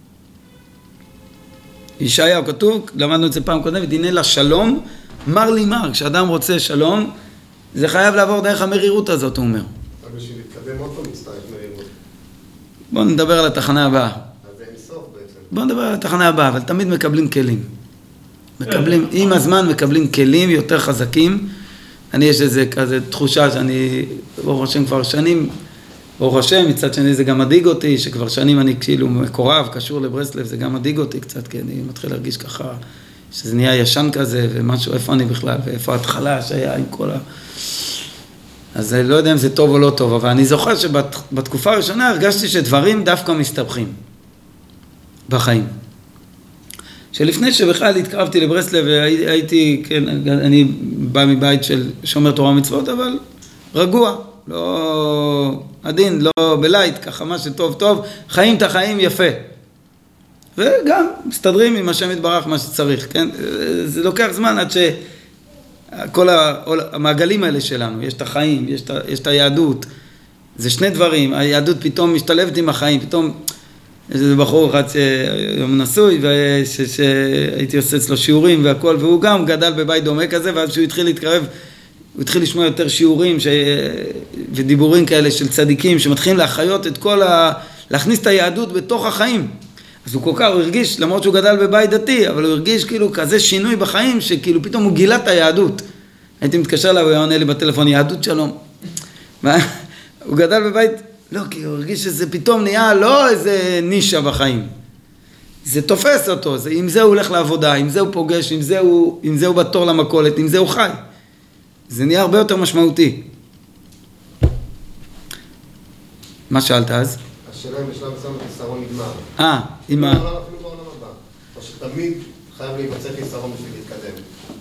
ישעיהו כתוב, למדנו את זה פעם קודם, הנה לשלום, מר לי מר, כשאדם רוצה שלום, זה חייב לעבור דרך המרירות הזאת, הוא אומר. אבל בשביל להתקדם עוד פעם מצטרף מרירות. בואו נדבר על התחנה הבאה. אז זה אין סוף בעצם. בואו נדבר על התחנה הבאה, אבל תמיד מקבלים כלים. מקבלים, עם הזמן מקבלים כלים יותר חזקים. אני יש איזה כזה תחושה שאני, ברוך השם כבר שנים, ברוך השם, מצד שני זה גם מדאיג אותי, שכבר שנים אני כאילו מקורב, קשור לברסלב, זה גם מדאיג אותי קצת, כי אני מתחיל להרגיש ככה, שזה נהיה ישן כזה, ומשהו, איפה אני בכלל, ואיפה ההתחלה שהיה עם כל ה... אז לא יודע אם זה טוב או לא טוב, אבל אני זוכר שבתקופה הראשונה הרגשתי שדברים דווקא מסתבכים בחיים. שלפני שבכלל התקרבתי לברסלב, והייתי, כן, אני בא מבית של שומר תורה ומצוות, אבל רגוע, לא עדין, לא בלייט, ככה מה שטוב טוב, חיים את החיים יפה. וגם מסתדרים עם השם יתברך מה שצריך, כן? זה לוקח זמן עד שכל המעגלים האלה שלנו, יש את החיים, יש את, יש את היהדות, זה שני דברים, היהדות פתאום משתלבת עם החיים, פתאום יש איזה בחור אחד שיום נשוי, שהייתי עושה אצלו שיעורים והכל, והוא גם גדל בבית דומה כזה, ואז שהוא התחיל להתקרב, הוא התחיל לשמוע יותר שיעורים ש... ודיבורים כאלה של צדיקים, שמתחילים להחיות את כל ה... להכניס את היהדות בתוך החיים. אז הוא כל כך, הוא הרגיש, למרות שהוא גדל בבית דתי, אבל הוא הרגיש כאילו כזה שינוי בחיים, שכאילו פתאום הוא גילה את היהדות. הייתי מתקשר לה, הוא היה עונה לי בטלפון, יהדות שלום. מה? הוא גדל בבית, לא, כי הוא הרגיש שזה פתאום נהיה לא איזה נישה בחיים. זה תופס אותו, זה, עם זה הוא הולך לעבודה, עם זה הוא פוגש, עם זה הוא, עם זה הוא בתור למכולת, עם זה הוא חי. זה נהיה הרבה יותר משמעותי. מה שאלת אז? השאלה אם בשלב מסוים חיסרון נגמר. אה, עם ה... לא, לא, אפילו בעולם הבא. או שתמיד חייב להימצא חיסרון בשביל להתקדם.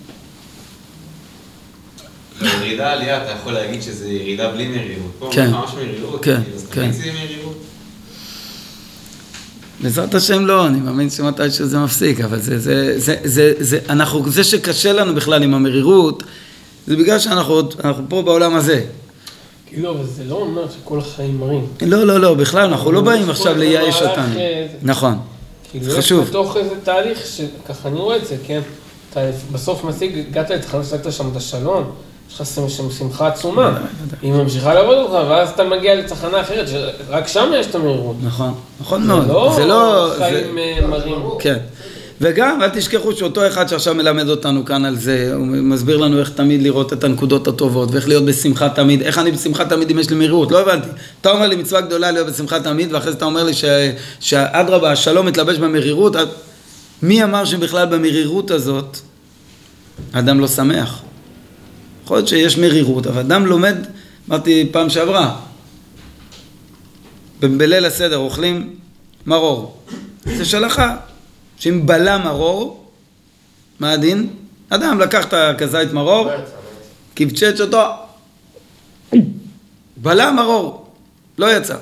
בירידה עלייה אתה יכול להגיד שזה ירידה בלי מרירות. פה כן, ממש מרירות. כן, אז כן. תמיד זה מרירות. בעזרת השם לא, אני מאמין שמתי שזה מפסיק, אבל זה, זה, זה, זה, זה, אנחנו, זה שקשה לנו בכלל עם המרירות, זה בגלל שאנחנו אנחנו פה בעולם הזה. כאילו, אבל זה לא אומר שכל החיים מרים. לא, לא, לא, בכלל, אנחנו לא באים עכשיו לייאש אותנו. נכון, זה חשוב. כאילו, בתוך איזה תהליך שככה אני רואה את זה, כן? אתה בסוף משיג, הגעת לתחנה, עשית שם את השלום, יש לך שם שמחה עצומה. היא ממשיכה לעבוד אותך, ואז אתה מגיע לתחנה אחרת, שרק שם יש את המהירות. נכון, נכון מאוד. זה לא חיים מרים. כן. וגם, אל תשכחו שאותו אחד שעכשיו מלמד אותנו כאן על זה, הוא מסביר לנו איך תמיד לראות את הנקודות הטובות, ואיך להיות בשמחה תמיד, איך אני בשמחה תמיד אם יש לי מרירות, לא הבנתי. אתה אומר לי מצווה גדולה להיות בשמחה תמיד, ואחרי זה אתה אומר לי שהאדרבה, השלום מתלבש במרירות, מי אמר שבכלל במרירות הזאת, האדם לא שמח? יכול להיות שיש מרירות, אבל אדם לומד, אמרתי פעם שעברה, בליל הסדר אוכלים מרור. זה שלחה, שאם בלה מרור, מה הדין? אדם לקח את הכזית מרור, קבצ'ץ' אותו, בלה מרור, לא יצא.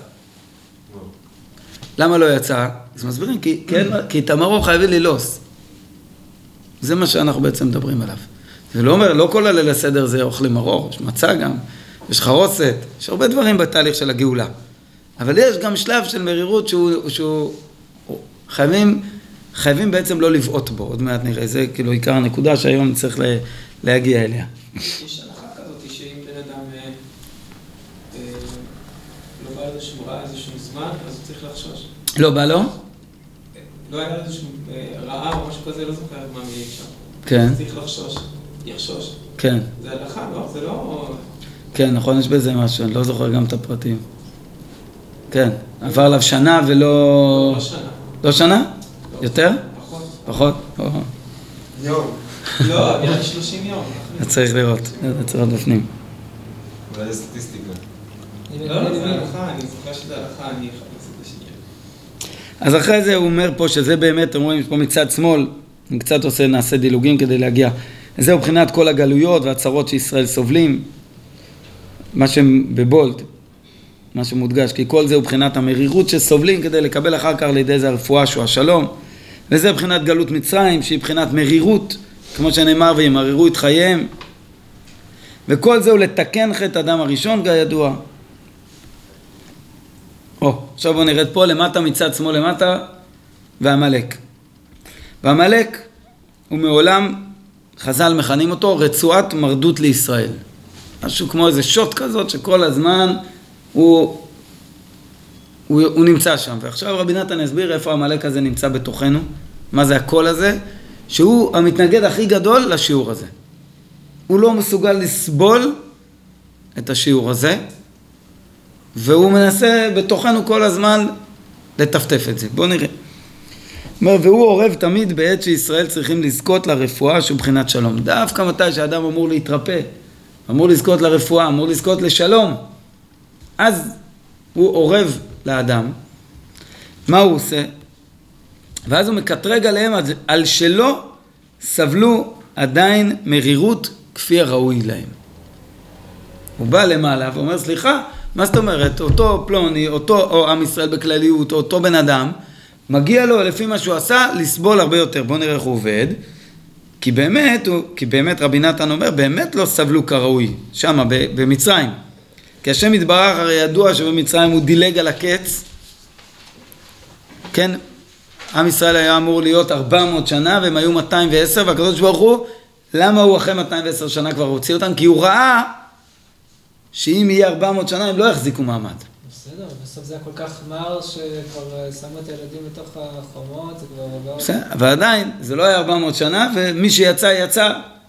למה לא יצא? אז מסבירים, כי, כי, כי את המרור חייבים ללוס. זה מה שאנחנו בעצם מדברים עליו. זה לא אומר, לא כל הליל הסדר זה אוכלים מרור, יש מצה גם, יש חרוסת, יש הרבה דברים בתהליך של הגאולה. אבל יש גם שלב של מרירות שהוא, שהוא חייבים, חייבים בעצם לא לבעוט בו, עוד מעט נראה, זה כאילו עיקר הנקודה שהיום צריך לה, להגיע אליה. יש הלכה כזאת שאם בן אדם אה, אה, לא בא איזשהו רע, איזשהו זמן, אז הוא צריך לחשוש. לא בא לו? לא היה איזשהו אה, רעה או משהו כזה, לא זוכר מה מי שם. כן. אז צריך לחשוש, יחשוש. כן. זה הלכה, לא? זה לא... כן, נכון, יש בזה משהו, אני לא זוכר גם את הפרטים. כן, עבר עליו שנה ולא... לא שנה. לא שנה? יותר? פחות. פחות? יום. לא, נראה לי שלושים יום. אתה צריך לראות, אתה צריך לראות בפנים. אולי זה סטטיסטיקה. לא, לא, זה הלכה, אני זוכר שזה הלכה, אני אחפש את השנייה. אז אחרי זה הוא אומר פה שזה באמת, אתם רואים פה מצד שמאל, אני קצת עושה, נעשה דילוגים כדי להגיע. זהו מבחינת כל הגלויות והצרות שישראל סובלים, מה שהם בבולד, מה שמודגש, כי כל זה הוא מבחינת המרירות שסובלים כדי לקבל אחר כך לידי זה הרפואה שהוא השלום, וזה מבחינת גלות מצרים שהיא מבחינת מרירות, כמו שנאמר, וימררו את חייהם, וכל זה הוא לתקן חטא אדם הראשון כידוע. או, עכשיו בואו נרד פה למטה מצד שמאל למטה, והמלאק. והמלאק הוא מעולם, חז"ל מכנים אותו, רצועת מרדות לישראל. משהו כמו איזה שוט כזאת שכל הזמן הוא, הוא, הוא נמצא שם. ועכשיו רבי נתן יסביר איפה המלאק הזה נמצא בתוכנו, מה זה הקול הזה, שהוא המתנגד הכי גדול לשיעור הזה. הוא לא מסוגל לסבול את השיעור הזה, והוא מנסה בתוכנו כל הזמן לטפטף את זה. בואו נראה. אומר, והוא עורב תמיד בעת שישראל צריכים לזכות לרפואה שהוא בחינת שלום. דווקא מתי שאדם אמור להתרפא, אמור לזכות לרפואה, אמור לזכות לשלום, אז הוא עורב לאדם. מה הוא עושה? ואז הוא מקטרג עליהם על שלא סבלו עדיין מרירות כפי הראוי להם. הוא בא למעלה ואומר, סליחה, מה זאת אומרת? אותו פלוני, אותו או עם ישראל בכלליות, אותו בן אדם, מגיע לו לפי מה שהוא עשה לסבול הרבה יותר. בואו נראה איך הוא עובד. כי באמת, כי באמת רבי נתן אומר, באמת לא סבלו כראוי, שם במצרים. כי השם יתברך הרי ידוע שבמצרים הוא דילג על הקץ. כן, עם ישראל היה אמור להיות ארבע מאות שנה והם היו מאתיים ועשר, והקדוש ברוך הוא, למה הוא אחרי מאתיים ועשר שנה כבר הוציא אותם? כי הוא ראה שאם יהיה ארבע מאות שנה הם לא יחזיקו מעמד. בסדר, בסוף זה היה כל כך מר שכבר שמו את הילדים בתוך החומות, זה כבר... בסדר, אבל עדיין, זה לא היה ארבע מאות שנה, ומי שיצא, יצא.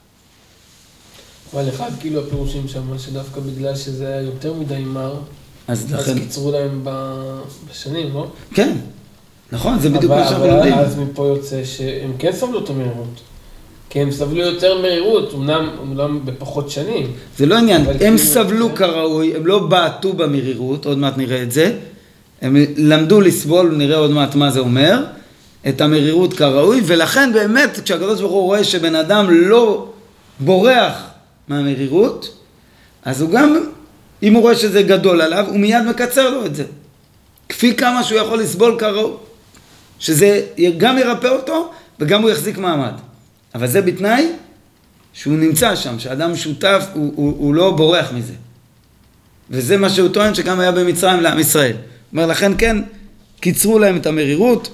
אבל אחד, כאילו הפירושים שם, שדווקא בגלל שזה היה יותר מדי מר, אז אז לכן... קיצרו להם ב- בשנים, לא? כן, נכון, זה בדיוק אבל- מה שאנחנו אבל לומדים. אז מפה יוצא שהם כן סבלו את המהירות. כי הם סבלו יותר מהירות, אמנם, אמנם בפחות שנים. זה לא עניין, אבל הם כאילו- סבלו כראוי, הם לא בעטו במרירות, עוד מעט נראה את זה, הם למדו לסבול, נראה עוד מעט מה זה אומר, את המרירות כראוי, ולכן באמת כשהקדוש ברוך הוא רואה שבן אדם לא בורח מהמרירות, אז הוא גם, אם הוא רואה שזה גדול עליו, הוא מיד מקצר לו את זה. כפי כמה שהוא יכול לסבול כראוי, שזה גם ירפא אותו וגם הוא יחזיק מעמד. אבל זה בתנאי שהוא נמצא שם, שאדם שותף, הוא, הוא, הוא לא בורח מזה. וזה מה שהוא טוען שגם היה במצרים לעם ישראל. הוא אומר, לכן כן, קיצרו להם את המרירות,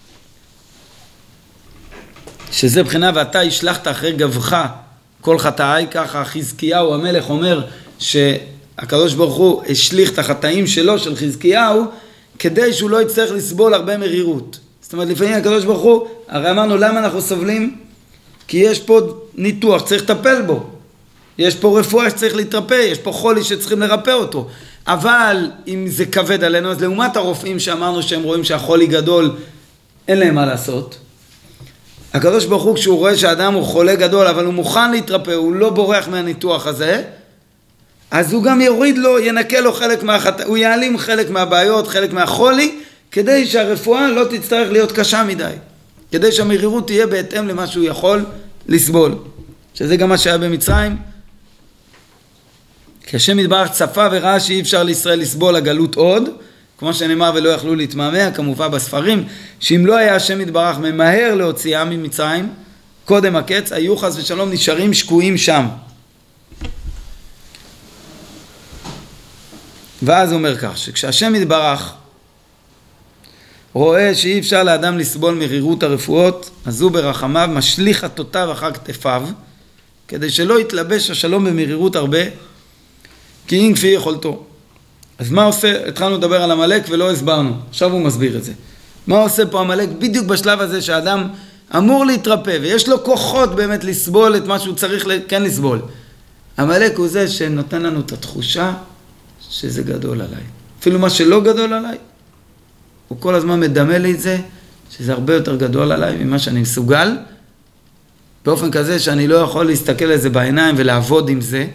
שזה בחינה, ואתה השלחת אחרי גבך כל חטאי, ככה חזקיהו המלך אומר שהקדוש ברוך הוא השליך את החטאים שלו, של חזקיהו, כדי שהוא לא יצטרך לסבול הרבה מרירות. זאת זאת אומרת, לפעמים הקדוש ברוך הוא, הרי אמרנו למה אנחנו סובלים? כי יש פה ניתוח שצריך לטפל בו. יש פה רפואה שצריך להתרפא, יש פה חולי שצריכים לרפא אותו. אבל אם זה כבד עלינו, אז לעומת הרופאים שאמרנו שהם רואים שהחולי גדול, אין להם מה לעשות. הקדוש ברוך הוא, כשהוא רואה שהאדם הוא חולה גדול, אבל הוא מוכן להתרפא, הוא לא בורח מהניתוח הזה, אז הוא גם יוריד לו, ינקה לו חלק מהחטא, הוא יעלים חלק מהבעיות, חלק מהחולי, כדי שהרפואה לא תצטרך להיות קשה מדי. כדי שהמרירות תהיה בהתאם למה שהוא יכול לסבול. שזה גם מה שהיה במצרים. כי השם יתברך צפה וראה שאי אפשר לישראל לסבול הגלות עוד, כמו שנאמר ולא יכלו להתמהמה, כמובן בספרים, שאם לא היה השם יתברך ממהר להוציאה ממצרים, קודם הקץ, היו חס ושלום נשארים שקועים שם. ואז הוא אומר כך, שכשהשם יתברך רואה שאי אפשר לאדם לסבול מרירות הרפואות, אז הוא ברחמיו משליך חטאותיו אחר כתפיו, כדי שלא יתלבש השלום במרירות הרבה, כי אם כפי יכולתו. אז מה עושה? התחלנו לדבר על המלאק ולא הסברנו, עכשיו הוא מסביר את זה. מה עושה פה המלאק בדיוק בשלב הזה שהאדם אמור להתרפא, ויש לו כוחות באמת לסבול את מה שהוא צריך כן לסבול. המלאק הוא זה שנותן לנו את התחושה שזה גדול עליי. אפילו מה שלא גדול עליי, הוא כל הזמן מדמה לי את זה, שזה הרבה יותר גדול עליי ממה שאני מסוגל, באופן כזה שאני לא יכול להסתכל על זה בעיניים ולעבוד עם זה,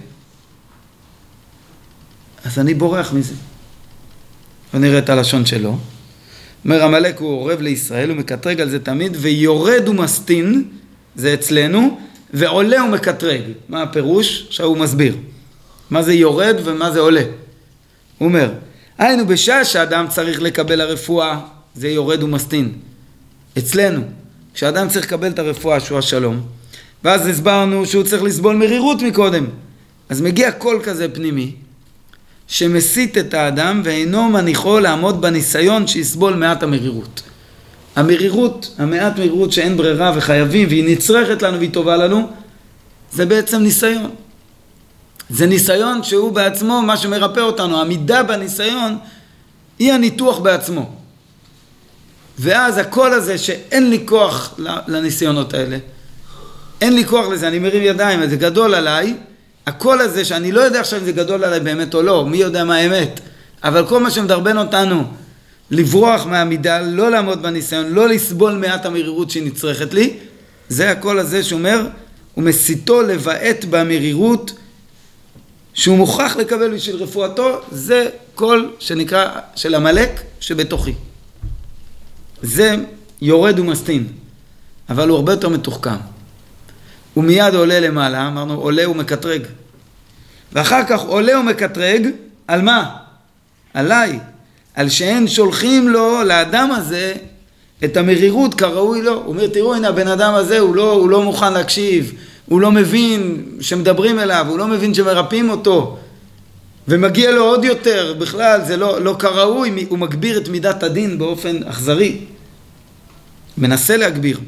אז אני בורח מזה. ונראה את הלשון שלו. אומר המלאק הוא עורב לישראל, הוא מקטרג על זה תמיד, ויורד ומסטין, זה אצלנו, ועולה ומקטרג. מה הפירוש? עכשיו הוא מסביר. מה זה יורד ומה זה עולה? הוא אומר, היינו בשעה שאדם צריך לקבל הרפואה, זה יורד ומסטין. אצלנו, כשאדם צריך לקבל את הרפואה, שהוא השלום, ואז הסברנו שהוא צריך לסבול מרירות מקודם. אז מגיע קול כזה פנימי, שמסית את האדם ואינו מניחו לעמוד בניסיון שיסבול מעט המרירות. המרירות, המעט מרירות שאין ברירה וחייבים והיא נצרכת לנו והיא טובה לנו, זה בעצם ניסיון. זה ניסיון שהוא בעצמו מה שמרפא אותנו. העמידה בניסיון היא הניתוח בעצמו. ואז הקול הזה שאין לי כוח לניסיונות האלה, אין לי כוח לזה, אני מרים ידיים, זה גדול עליי, הקול הזה שאני לא יודע עכשיו אם זה גדול עליי באמת או לא, מי יודע מה האמת, אבל כל מה שמדרבן אותנו לברוח מהעמידה, לא לעמוד בניסיון, לא לסבול מעט המרירות שהיא נצרכת לי, זה הקול הזה שאומר, הוא מסיתו לבעט במרירות שהוא מוכרח לקבל בשביל רפואתו, זה קול שנקרא של המלאק שבתוכי. זה יורד ומסטין, אבל הוא הרבה יותר מתוחכם. הוא מיד עולה למעלה, אמרנו עולה ומקטרג. ואחר כך עולה ומקטרג, על מה? עליי. על שאין שולחים לו, לאדם הזה, את המרירות כראוי לו. הוא אומר, תראו, הנה, הבן אדם הזה, הוא לא, הוא לא מוכן להקשיב, הוא לא מבין שמדברים אליו, הוא לא מבין שמרפאים אותו, ומגיע לו עוד יותר, בכלל, זה לא, לא כראוי, הוא מגביר את מידת הדין באופן אכזרי. מנסה להגביר.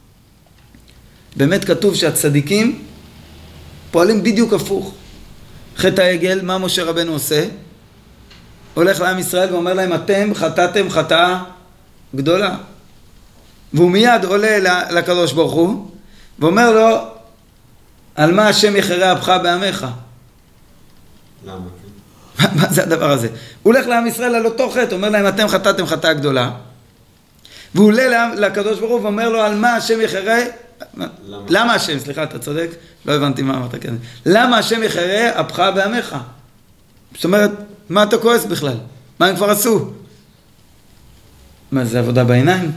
באמת כתוב שהצדיקים פועלים בדיוק הפוך. חטא העגל, מה משה רבנו עושה? הולך לעם ישראל ואומר להם, אתם חטאתם חטאה גדולה. והוא מיד עולה לקדוש ברוך הוא, ואומר לו, על מה השם יחרה אפך בעמך? למה? מה זה הדבר הזה? הוא הולך לעם ישראל על אותו חטא, אומר להם, אתם חטאתם חטאה גדולה. והוא עולה לקדוש ברוך הוא ואומר לו, על מה השם יחרה? למה? למה השם, סליחה, אתה צודק? לא הבנתי מה אמרת כזה. למה השם יחרה אפך בעמך? זאת אומרת, מה אתה כועס בכלל? מה הם כבר עשו? מה, זה עבודה בעיניים?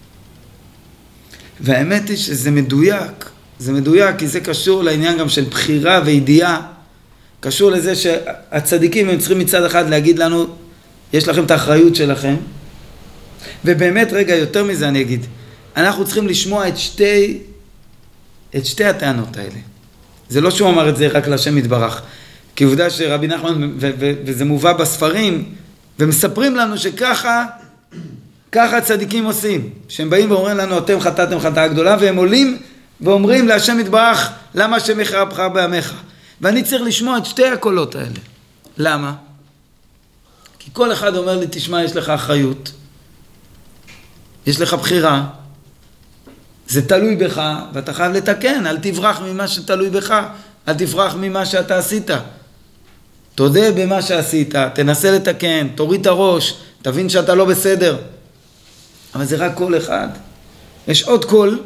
והאמת היא שזה מדויק. זה מדויק כי זה קשור לעניין גם של בחירה וידיעה. קשור לזה שהצדיקים הם צריכים מצד אחד להגיד לנו, יש לכם את האחריות שלכם. ובאמת, רגע, יותר מזה אני אגיד, אנחנו צריכים לשמוע את שתי, את שתי הטענות האלה. זה לא שהוא אמר את זה רק להשם יתברך. כי עובדה שרבי נחמן, ו- ו- וזה מובא בספרים, ומספרים לנו שככה, ככה הצדיקים עושים. שהם באים ואומרים לנו, אתם חטאתם חטאה גדולה, והם עולים ואומרים להשם יתברך, למה השם יחרה אפך בעמך? ואני צריך לשמוע את שתי הקולות האלה. למה? כי כל אחד אומר לי, תשמע, יש לך אחריות. יש לך בחירה, זה תלוי בך, ואתה חייב לתקן, אל תברח ממה שתלוי בך, אל תברח ממה שאתה עשית. תודה במה שעשית, תנסה לתקן, תוריד את הראש, תבין שאתה לא בסדר. אבל זה רק קול אחד. יש עוד קול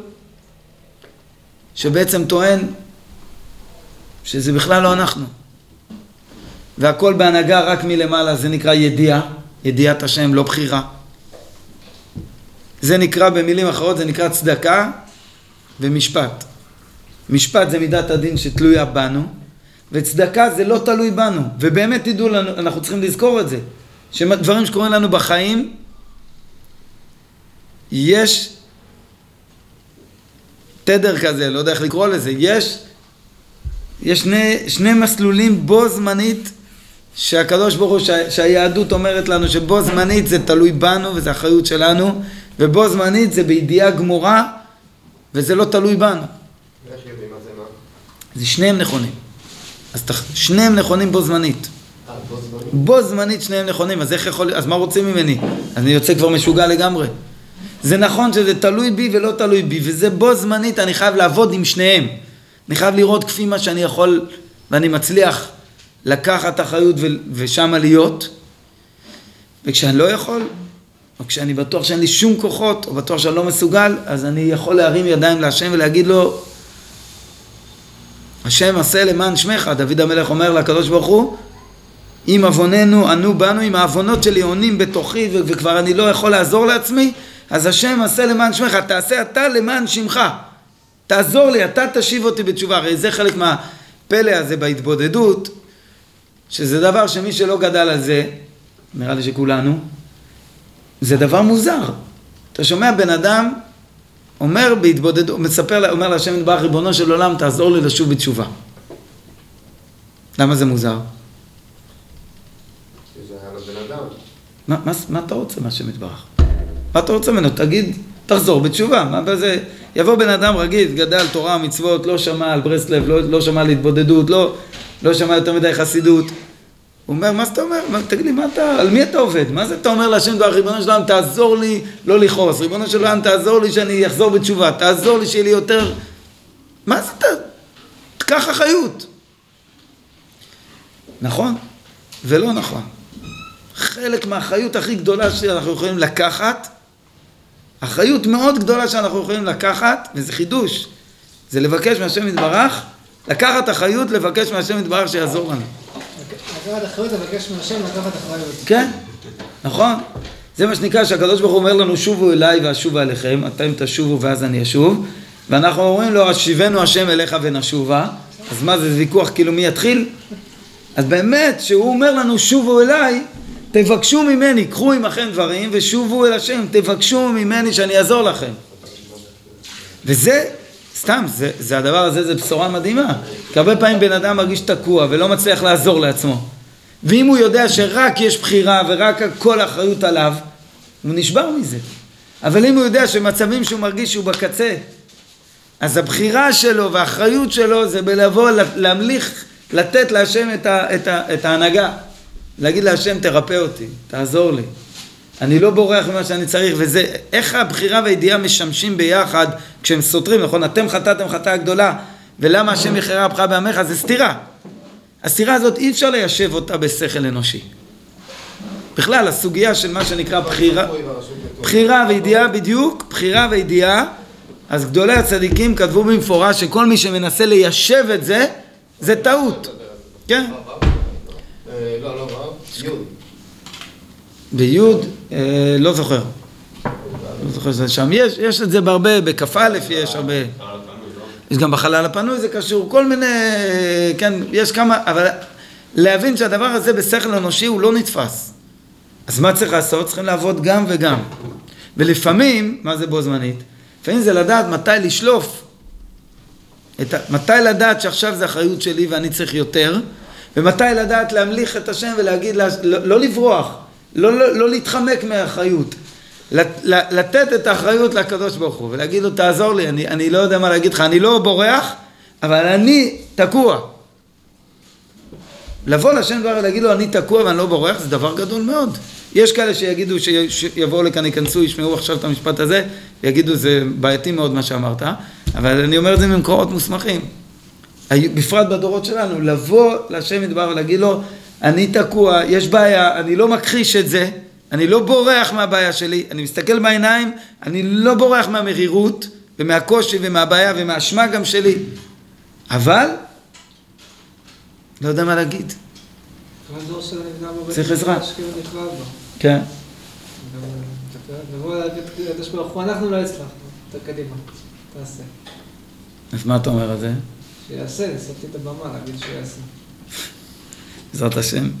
שבעצם טוען שזה בכלל לא אנחנו. והכל בהנהגה רק מלמעלה, זה נקרא ידיעה, ידיעת השם, לא בחירה. זה נקרא במילים אחרות, זה נקרא צדקה ומשפט. משפט זה מידת הדין שתלויה בנו, וצדקה זה לא תלוי בנו. ובאמת תדעו לנו, אנחנו צריכים לזכור את זה, שדברים שקורים לנו בחיים, יש תדר כזה, לא יודע איך לקרוא לזה, יש, יש שני, שני מסלולים בו זמנית, שהקדוש ברוך הוא, שה, שהיהדות אומרת לנו שבו זמנית זה תלוי בנו וזה אחריות שלנו, ובו זמנית זה בידיעה גמורה וזה לא תלוי בנו. איך יודעים מה זה מה? זה שניהם נכונים. אז תח... שניהם נכונים בו זמנית. אה, בו זמנית? בו זמנית שניהם נכונים, אז איך יכול... אז מה רוצים ממני? אני יוצא כבר משוגע לגמרי. זה נכון שזה תלוי בי ולא תלוי בי, וזה בו זמנית, אני חייב לעבוד עם שניהם. אני חייב לראות כפי מה שאני יכול ואני מצליח לקחת אחריות ו... ושמה להיות. וכשאני לא יכול, או כשאני בטוח שאין לי שום כוחות, או בטוח שאני לא מסוגל, אז אני יכול להרים ידיים להשם ולהגיד לו, השם עשה למען שמך. דוד המלך אומר לקדוש ברוך הוא, אם אבוננו ענו בנו, אם האבונות שלי עונים בתוכי ו- וכבר אני לא יכול לעזור לעצמי, אז השם עשה למען שמך, תעשה אתה למען שמך, תעזור לי, אתה תשיב אותי בתשובה. הרי זה חלק מהפלא הזה בהתבודדות, שזה דבר שמי שלא גדל על זה, נראה לי שכולנו, זה דבר מוזר. אתה שומע בן אדם אומר בהתבודדות, מספר, אומר להשם יתברך, ריבונו של עולם, תעזור לי לשוב בתשובה. למה זה מוזר? שזה היה לו בן אדם. מה, מה, מה אתה רוצה מהשם יתברך? מה אתה רוצה ממנו? תגיד, תחזור בתשובה. מה בזה? יבוא בן אדם רגיל, גדל תורה ומצוות, לא שמע על ברסלב, לא, לא שמע על התבודדות, לא, לא שמע יותר מדי חסידות. הוא אומר, מה אתה אומר? מה, תגיד לי, מה אתה, על מי אתה עובד? מה זה אתה אומר להשם יתברך, ריבונו של עולם, תעזור לי לא לכעוס, ריבונו של עולם, תעזור לי שאני אחזור בתשובה, תעזור לי שיהיה לי יותר... מה זה אתה? תקח אחריות. נכון? ולא נכון. חלק מהאחריות הכי גדולה שאנחנו יכולים לקחת, אחריות מאוד גדולה שאנחנו יכולים לקחת, וזה חידוש, זה לבקש מהשם יתברך, לקחת אחריות, לבקש מהשם יתברך שיעזור לנו. לקחת אחריות, לבקש מהשם, לקחת אחריות. כן, נכון. זה מה שנקרא שהקדוש ברוך הוא אומר לנו, שובו אליי ואשובה אליכם, אתם תשובו ואז אני אשוב, ואנחנו אומרים לו, השיבנו השם אליך ונשובה. אז מה זה, זה ויכוח כאילו מי יתחיל? אז באמת שהוא אומר לנו, שובו אליי, תבקשו ממני, קחו עמכם דברים ושובו אל השם, תבקשו ממני שאני אעזור לכם. וזה, סתם, זה, זה הדבר הזה, זה בשורה מדהימה. כי הרבה פעמים בן אדם מרגיש תקוע ולא מצליח לעזור לעצמו. ואם הוא יודע שרק יש בחירה ורק כל האחריות עליו, הוא נשבר מזה. אבל אם הוא יודע שמצבים שהוא מרגיש שהוא בקצה, אז הבחירה שלו והאחריות שלו זה בלבוא, להמליך, לתת להשם את, ה, את, ה, את ההנהגה. להגיד להשם, תרפא אותי, תעזור לי. אני לא בורח ממה שאני צריך, וזה, איך הבחירה והידיעה משמשים ביחד כשהם סותרים, נכון? אתם חטאתם חטאה גדולה, ולמה השם יחרה אפך בעמך? זה סתירה. הסתירה הזאת אי אפשר ליישב אותה בשכל אנושי. בכלל, הסוגיה של מה שנקרא בחירה, בחירה וידיעה בדיוק, בחירה וידיעה, אז גדולי הצדיקים כתבו במפורש שכל מי שמנסה ליישב את זה, זה טעות. כן? לא, לא, רב, יוד. ביוד, לא זוכר. לא זוכר שזה שם. יש, יש את זה בהרבה, בכף א' יש הרבה. יש גם בחלל הפנוי זה קשור, כל מיני, כן, יש כמה, אבל להבין שהדבר הזה בשכל אנושי הוא לא נתפס. אז מה צריך לעשות? צריכים לעבוד גם וגם. ולפעמים, מה זה בו זמנית? לפעמים זה לדעת מתי לשלוף, את, מתי לדעת שעכשיו זה אחריות שלי ואני צריך יותר, ומתי לדעת להמליך את השם ולהגיד, לא, לא לברוח, לא, לא, לא להתחמק מהאחריות, לתת את האחריות לקדוש ברוך הוא ולהגיד לו, תעזור לי, אני, אני לא יודע מה להגיד לך, אני לא בורח, אבל אני תקוע. לבוא לשם דבר ולהגיד לו, אני תקוע ואני לא בורח, זה דבר גדול מאוד. יש כאלה שיגידו, שיבואו לכאן, ייכנסו, ישמעו עכשיו את המשפט הזה, ויגידו, זה בעייתי מאוד מה שאמרת, אבל אני אומר את זה ממקורות מוסמכים. בפרט בדורות שלנו, לבוא לשם מדבר ולהגיד לו, אני תקוע, יש בעיה, אני לא מכחיש את זה, אני לא בורח מהבעיה שלי, אני מסתכל בעיניים, אני לא בורח מהמרירות, ומהקושי ומהבעיה ומהאשמה גם שלי, אבל לא יודע מה להגיד. צריך עזרה. כן. לבוא להגיד, אנחנו לא הצלחנו, אתה קדימה, תעשה. אז מה אתה אומר על זה? שיעשה, נסעתי את הבמה, להגיד שיעשה. בעזרת השם.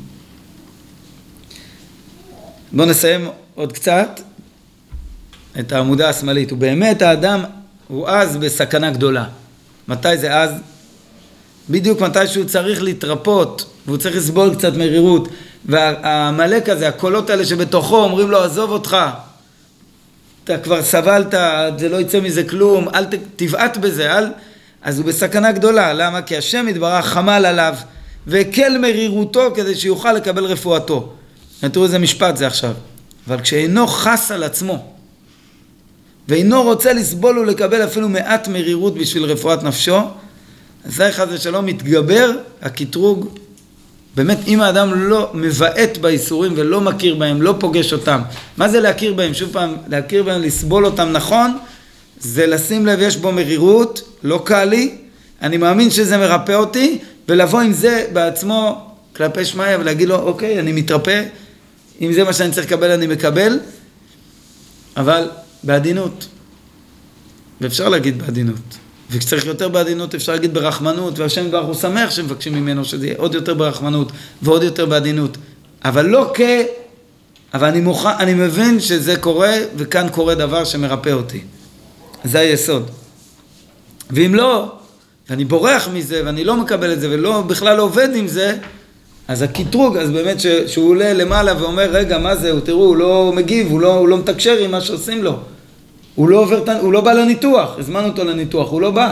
בואו נסיים עוד קצת את העמודה השמאלית. ובאמת האדם הוא אז בסכנה גדולה. מתי זה אז? בדיוק מתי שהוא צריך להתרפות, והוא צריך לסבול קצת מרירות, והמלאק הזה, הקולות האלה שבתוכו אומרים לו, עזוב אותך, אתה כבר סבלת, זה לא יצא מזה כלום, אל ת, תבעט בזה, אל... אז הוא בסכנה גדולה. למה? כי השם יתברך חמל עליו, והקל מרירותו כדי שיוכל לקבל רפואתו. תראו איזה משפט זה עכשיו. אבל כשאינו חס על עצמו, ואינו רוצה לסבול ולקבל אפילו מעט מרירות בשביל רפואת נפשו, אז זה אחד שלא מתגבר, הקטרוג, באמת אם האדם לא מבעט באיסורים ולא מכיר בהם, לא פוגש אותם. מה זה להכיר בהם? שוב פעם, להכיר בהם, לסבול אותם נכון, זה לשים לב, יש בו מרירות, לא קל לי, אני מאמין שזה מרפא אותי, ולבוא עם זה בעצמו כלפי שמיה ולהגיד לו, אוקיי, אני מתרפא, אם זה מה שאני צריך לקבל, אני מקבל, אבל בעדינות. ואפשר להגיד בעדינות. וכשצריך יותר בעדינות, אפשר להגיד ברחמנות, והשם יתברך הוא שמח שמבקשים ממנו שזה יהיה עוד יותר ברחמנות ועוד יותר בעדינות. אבל לא כ... אבל אני מוכן, אני מבין שזה קורה, וכאן קורה דבר שמרפא אותי. זה היסוד. ואם לא, ואני בורח מזה, ואני לא מקבל את זה, ולא בכלל לא עובד עם זה, אז הקטרוג, אז באמת ש, שהוא עולה למעלה ואומר, רגע, מה זה? הוא, תראו, הוא לא מגיב, הוא לא, הוא לא מתקשר עם מה שעושים לו. הוא לא, עובר, הוא לא בא לניתוח, הזמנו אותו לניתוח, הוא לא בא.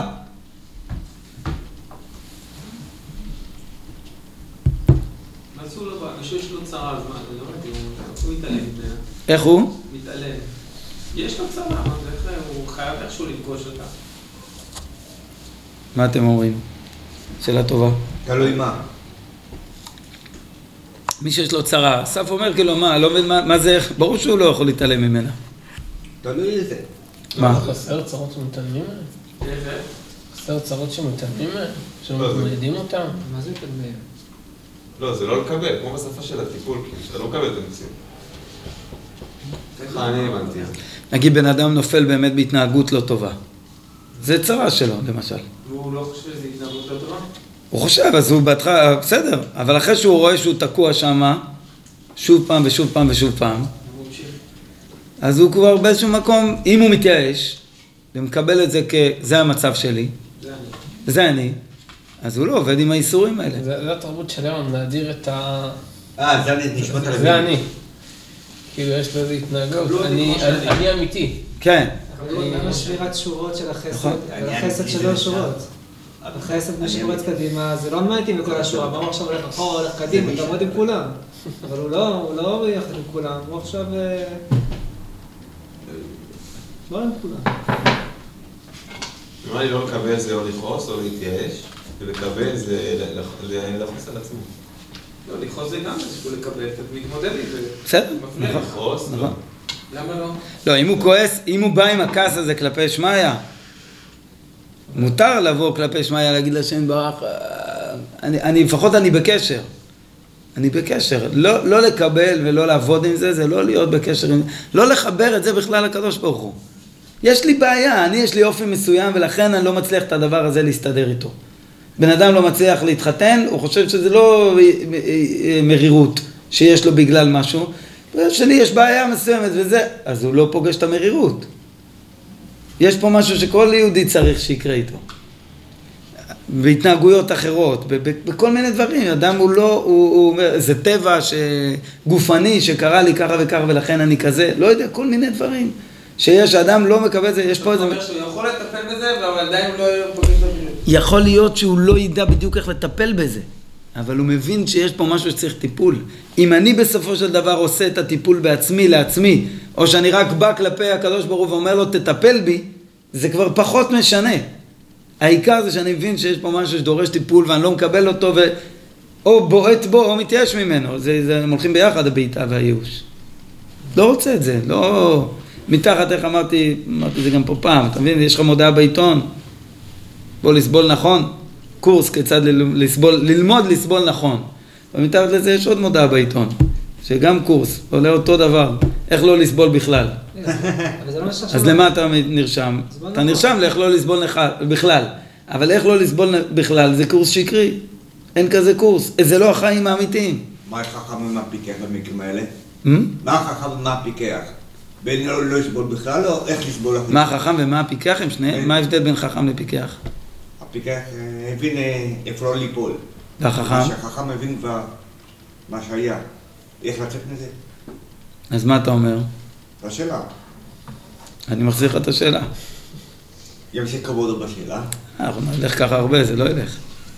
מה זה הוא לא בא? מישהו יש לו צרה, אז מה? אני לא יודעת, הוא מתעלם ממנה. איך הוא? מתעלם. יש לו צרה, הוא חייב איכשהו לפגוש אותה. מה אתם אומרים? שאלה טובה. תלוי מה. מי שיש לו צרה, אסף אומר כאילו, מה, לא מבין מה, מה זה, ברור שהוא לא יכול להתעלם ממנה. תלוי איזה. מה? חסר צרות שמתעלמים מהן? איזה? חסר צרות שמתעלמים מהן? שמתמודדים אותן? מה זה מתעלמים? לא, זה לא לקבל, כמו בשפה של הטיפול, כי שאתה לא מקבל את המציאות. ככה אני הבנתי. נגיד בן אדם נופל באמת בהתנהגות לא טובה. זה צרה שלו, למשל. והוא לא חושב שזה התנהגות לא טובה? הוא חושב, אז הוא בהתחלה, בסדר, אבל אחרי שהוא רואה שהוא תקוע שם, שוב פעם ושוב פעם ושוב פעם, אז הוא כבר באיזשהו מקום, אם הוא מתייאש, ומקבל את זה כזה המצב שלי, זה אני. זה אני, אז הוא לא עובד עם האיסורים האלה. זה זה התרבות של היום, להדיר את ה... אה, זה נשמעת על זה אני. כאילו יש לו איזו התנהגות, אני אני אמיתי. כן. אבל לא שבירת שורות של החסד, נכון. החסד שלו שורות. החסד מי שקורץ קדימה, זה לא מעט עם כל השורה, מה הוא עכשיו הולך אחורה, הולך קדימה, תעמוד עם כולם. אבל הוא לא, הוא לא יחד עם כולם, הוא עכשיו... לא עם כולם. מה לי לא לקבל זה או לכעוס או להתייאש, ולקבל זה לחוס על עצמו. לא, לכעוס זה גם איזשהו לקבל, אתה מתמודד עם זה. בסדר, מפריע. נכון. לכעוס? נכון. למה לא? לא, אם הוא כועס, אם הוא בא עם הכעס הזה כלפי שמיה, מותר לבוא כלפי שמיה, להגיד לשם ברח, אני, אני, לפחות אני בקשר. אני בקשר. לא, לא לקבל ולא לעבוד עם זה, זה לא להיות בקשר עם... לא לחבר את זה בכלל לקדוש ברוך הוא. יש לי בעיה, אני יש לי אופי מסוים, ולכן אני לא מצליח את הדבר הזה להסתדר איתו. בן אדם לא מצליח להתחתן, הוא חושב שזה לא מרירות שיש לו בגלל משהו. שלי יש בעיה מסוימת וזה, אז הוא לא פוגש את המרירות. יש פה משהו שכל יהודי צריך שיקרה איתו. בהתנהגויות אחרות, בכל מיני דברים. אדם הוא לא, הוא, הוא אומר, זה טבע גופני שקרה לי ככה וככה ולכן אני כזה. לא יודע, כל מיני דברים. שיש, אדם לא מקבל זה, יש פה איזה... זאת אומרת שהוא יכול לטפל בזה, אבל עדיין הוא לא פוגש את המרירות. יכול להיות שהוא לא ידע בדיוק איך לטפל בזה. אבל הוא מבין שיש פה משהו שצריך טיפול. אם אני בסופו של דבר עושה את הטיפול בעצמי לעצמי, או שאני רק בא כלפי הקדוש ברוך הוא ואומר לו תטפל בי, זה כבר פחות משנה. העיקר זה שאני מבין שיש פה משהו שדורש טיפול ואני לא מקבל אותו, ו... או בועט בו או מתייאש ממנו. זה, זה, הם הולכים ביחד, הבעיטה והייאוש. לא רוצה את זה, לא... מתחת, איך אמרתי, אמרתי זה גם פה פעם, אתה מבין? יש לך מודעה בעיתון, בוא לסבול נכון, קורס כיצד לסבול, ללמוד לסבול נכון. ומתחת לזה יש עוד מודעה בעיתון, שגם קורס, עולה אותו דבר, איך לא לסבול בכלל. אז למה אתה נרשם? אתה נרשם לאיך לא לסבול בכלל, אבל איך לא לסבול בכלל זה קורס שקרי, אין כזה קורס, זה לא החיים האמיתיים. מה החכם ומה פיקח במקרים האלה? מה החכם ומה פיקח? בין לא לסבול בכלל או איך לסבול? מה החכם ומה הפיקח הם שניהם? מה ההבדל בין חכם לפיקח? הפיקח הבין איפה לא ליפול. והחכם? שהחכם הבין כבר מה שהיה. איך לצאת מזה? אז מה אתה אומר? זו השאלה. אני מחזיר לך את השאלה. יש כבוד בשאלה. אנחנו נלך ככה הרבה, זה לא ילך.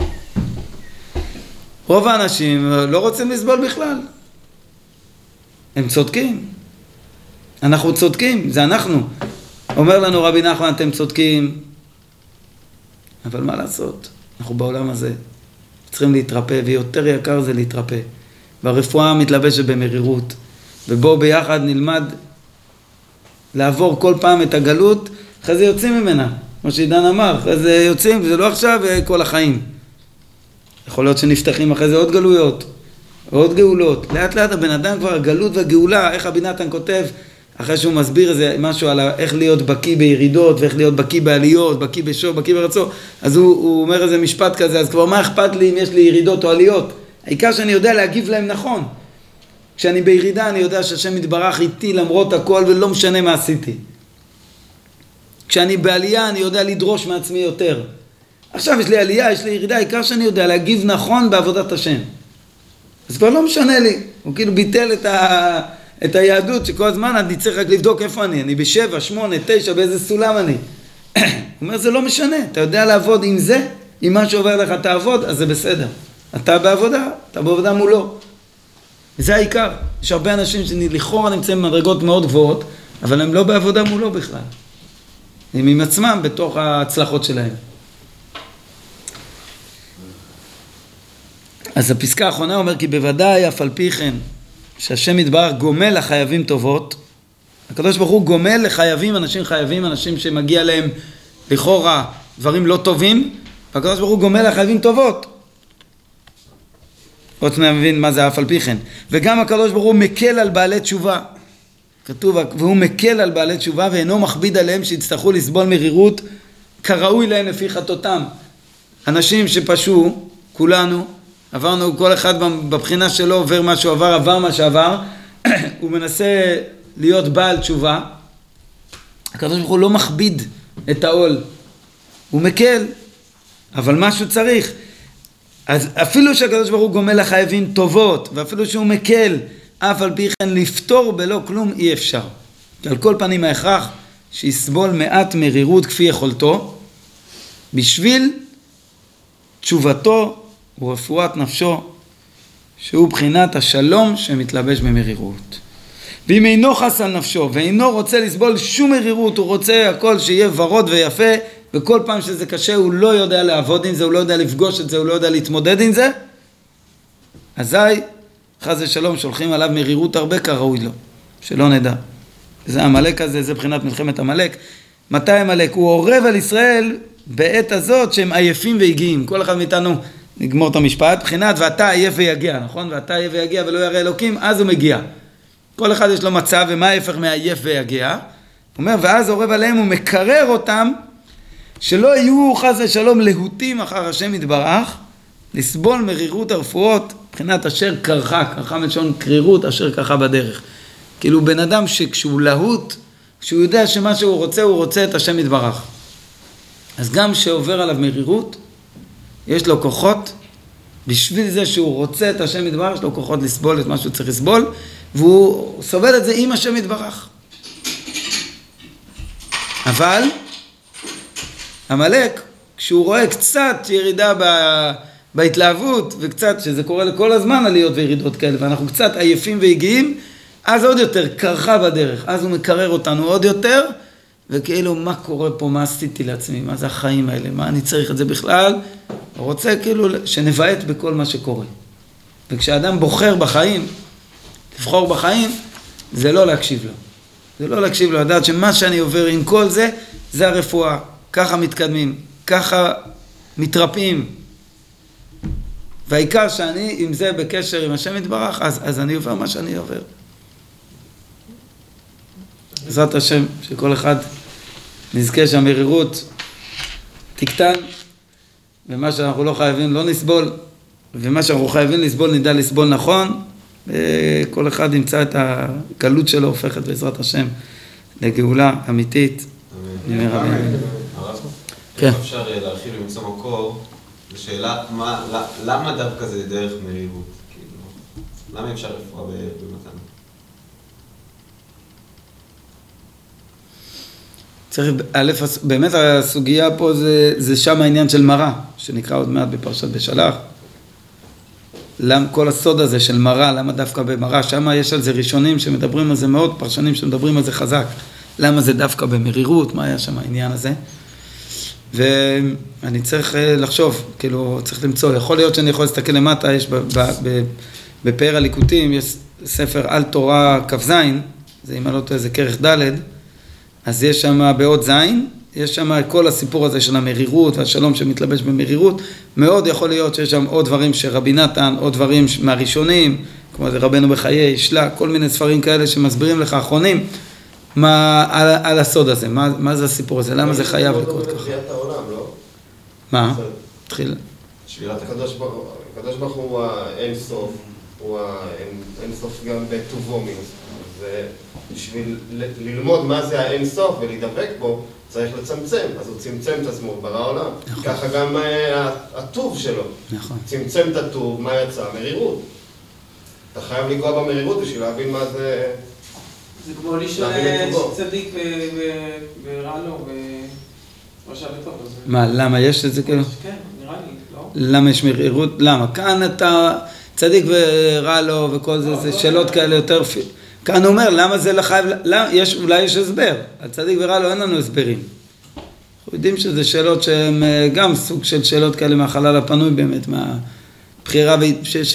רוב האנשים לא רוצים לסבול בכלל. הם צודקים. אנחנו צודקים, זה אנחנו. אומר לנו רבי נחמן, אתם צודקים. אבל מה לעשות? אנחנו בעולם הזה צריכים להתרפא, ויותר יקר זה להתרפא. והרפואה מתלבשת במרירות. ובואו ביחד נלמד לעבור כל פעם את הגלות, אחרי זה יוצאים ממנה. כמו שעידן אמר, אחרי זה יוצאים, זה לא עכשיו כל החיים. יכול להיות שנפתחים אחרי זה עוד גלויות, עוד גאולות. לאט לאט הבן אדם כבר הגלות והגאולה, איך רבי נתן כותב, אחרי שהוא מסביר איזה משהו על איך להיות בקי בירידות, ואיך להיות בקי בעליות, בקי בשור, בקי ברצו, אז הוא, הוא אומר איזה משפט כזה, אז כבר מה אכפת לי אם יש לי ירידות או עליות? העיקר שאני יודע להגיב להם נכון. כשאני בירידה אני יודע שהשם מתברך איתי למרות הכל ולא משנה מה עשיתי. כשאני בעלייה אני יודע לדרוש מעצמי יותר. עכשיו יש לי עלייה, יש לי ירידה, העיקר שאני יודע להגיב נכון בעבודת השם. אז כבר לא משנה לי. הוא כאילו ביטל את, ה... את היהדות שכל הזמן אני צריך רק לבדוק איפה אני. אני בשבע, שמונה, תשע, באיזה סולם אני. הוא אומר זה לא משנה, אתה יודע לעבוד עם זה, אם מה שעובר לך תעבוד, אז זה בסדר. אתה בעבודה, אתה בעבודה מולו. וזה העיקר. יש הרבה אנשים שלכאורה נמצאים במדרגות מאוד גבוהות, אבל הם לא בעבודה מולו בכלל. הם עם עצמם בתוך ההצלחות שלהם. אז הפסקה האחרונה אומר כי בוודאי אף על פי כן שהשם יתברך גומל לחייבים טובות. הקדוש ברוך הוא גומל לחייבים, אנשים חייבים, אנשים שמגיע להם לכאורה דברים לא טובים, והקדוש ברוך הוא גומל לחייבים טובות. עוד שניה מבין מה זה אף על פי כן. וגם הקדוש ברוך הוא מקל על בעלי תשובה. כתוב, והוא מקל על בעלי תשובה ואינו מכביד עליהם שיצטרכו לסבול מרירות כראוי להם לפי חטאותם. אנשים שפשעו, כולנו, עברנו, כל אחד בבחינה שלו עובר מה שהוא עבר, עבר מה שעבר, הוא מנסה להיות בעל תשובה. הקדוש ברוך הוא לא מכביד את העול, הוא מקל, אבל משהו צריך. אז אפילו שהקדוש ברוך הוא גומל לחייבים טובות, ואפילו שהוא מקל, אף על פי כן לפתור בלא כלום אי אפשר. על כל פנים ההכרח שיסבול מעט מרירות כפי יכולתו, בשביל תשובתו ורפואת נפשו, שהוא בחינת השלום שמתלבש במרירות. ואם אינו חס על נפשו ואינו רוצה לסבול שום מרירות, הוא רוצה הכל שיהיה ורוד ויפה, וכל פעם שזה קשה הוא לא יודע לעבוד עם זה, הוא לא יודע לפגוש את זה, הוא לא יודע להתמודד עם זה, אזי חס ושלום שולחים עליו מרירות הרבה כראוי לו, שלא נדע. זה המלאק הזה, זה בחינת מלחמת המלאק. מתי המלאק? הוא עורב על ישראל בעת הזאת שהם עייפים והגיעים. כל אחד מאיתנו נגמור את המשפט, בחינת ואתה עייף ויגיע, נכון? ואתה עייף ויגיע ולא ירא אלוקים, אז הוא מגיע. כל אחד יש לו מצב, ומה ההפך מעייף ויגיע? הוא אומר, ואז עורב עליהם, הוא מקרר אותם, שלא יהיו חס ושלום להוטים אחר השם יתברך, לסבול מרירות הרפואות, בחינת אשר קרחה, קרחה מלשון קרירות, אשר קרחה בדרך. כאילו בן אדם שכשהוא להוט, כשהוא יודע שמה שהוא רוצה, הוא רוצה את השם יתברך. אז גם שעובר עליו מרירות, יש לו כוחות, בשביל זה שהוא רוצה את השם יתברך, יש לו כוחות לסבול את מה שהוא צריך לסבול, והוא סובל את זה עם השם יתברך. אבל המלאק, כשהוא רואה קצת ירידה בהתלהבות, וקצת, שזה קורה לכל הזמן עליות וירידות כאלה, ואנחנו קצת עייפים והגיעים, אז עוד יותר קרחה בדרך, אז הוא מקרר אותנו עוד יותר, וכאילו מה קורה פה, מה עשיתי לעצמי, מה זה החיים האלה, מה אני צריך את זה בכלל, הוא רוצה כאילו שנבעט בכל מה שקורה. וכשאדם בוחר בחיים, לבחור בחיים, זה לא להקשיב לו. זה לא להקשיב לו, לדעת שמה שאני עובר עם כל זה, זה הרפואה. ככה מתקדמים, ככה מתרפאים. והעיקר שאני, אם זה בקשר עם השם יתברך, אז, אז אני עובר מה שאני עובר. בעזרת השם, שכל אחד נזכה שהמרירות תקטן, ומה שאנחנו לא חייבים לא נסבול, ומה שאנחנו חייבים לסבול נדע לסבול נכון, וכל אחד ימצא את הקלות שלו הופכת בעזרת השם לגאולה אמיתית. אמן. אמן. הרב, כן. איך אפשר להרחיב למצוא מקור לשאלה מה, למה דווקא זה דרך מרירות? כאילו, למה אפשר רפואה במתנה? צריך, א', באמת הסוגיה פה זה, זה שם העניין של מראה, שנקרא עוד מעט בפרשת בשלח. למה כל הסוד הזה של מראה, למה דווקא במראה? שם יש על זה ראשונים שמדברים על זה מאוד, פרשנים שמדברים על זה חזק. למה זה דווקא במרירות? מה היה שם העניין הזה? ואני צריך לחשוב, כאילו, צריך למצוא. יכול להיות שאני יכול להסתכל למטה, יש בפאר הליקוטים, יש ספר על תורה כ"ז, זה אם אני לא טועה, זה כרך ד', אז יש שם בעוד זין, יש שם כל הסיפור הזה של המרירות והשלום שמתלבש במרירות, מאוד יכול להיות שיש שם עוד דברים שרבי נתן, עוד דברים מהראשונים, כמו זה רבנו בחיי, שלה, כל מיני ספרים כאלה שמסבירים לך אחרונים, מה, על, על הסוד הזה, מה, מה זה הסיפור הזה, למה זה חייב לקרות ככה. בריאת העולם, לא? מה? תחיל. הקדוש ברוך הוא האין סוף, הוא האין סוף גם בטובו מינוס. ובשביל ללמוד מה זה האין סוף ולהידבק בו, צריך לצמצם. אז הוא צמצם את עצמו ברא העולם. ככה גם הטוב שלו. צמצם את הטוב, מה יצא? מרירות. אתה חייב לגוע במרירות בשביל להבין מה זה... זה כמו לשאול צדיק ורע לו ורשע בטוב. מה, למה יש את זה כאילו? כן, נראה לי, לא? למה יש מרירות? למה? כאן אתה צדיק ורע לו וכל זה, זה שאלות כאלה יותר... כאן הוא אומר, למה זה לחייב... יש, אולי יש הסבר. על צדיק ורע לו אין לנו הסברים. אנחנו יודעים שזה שאלות שהן גם סוג של שאלות כאלה מהחלל הפנוי באמת, מהבחירה, ש... ש...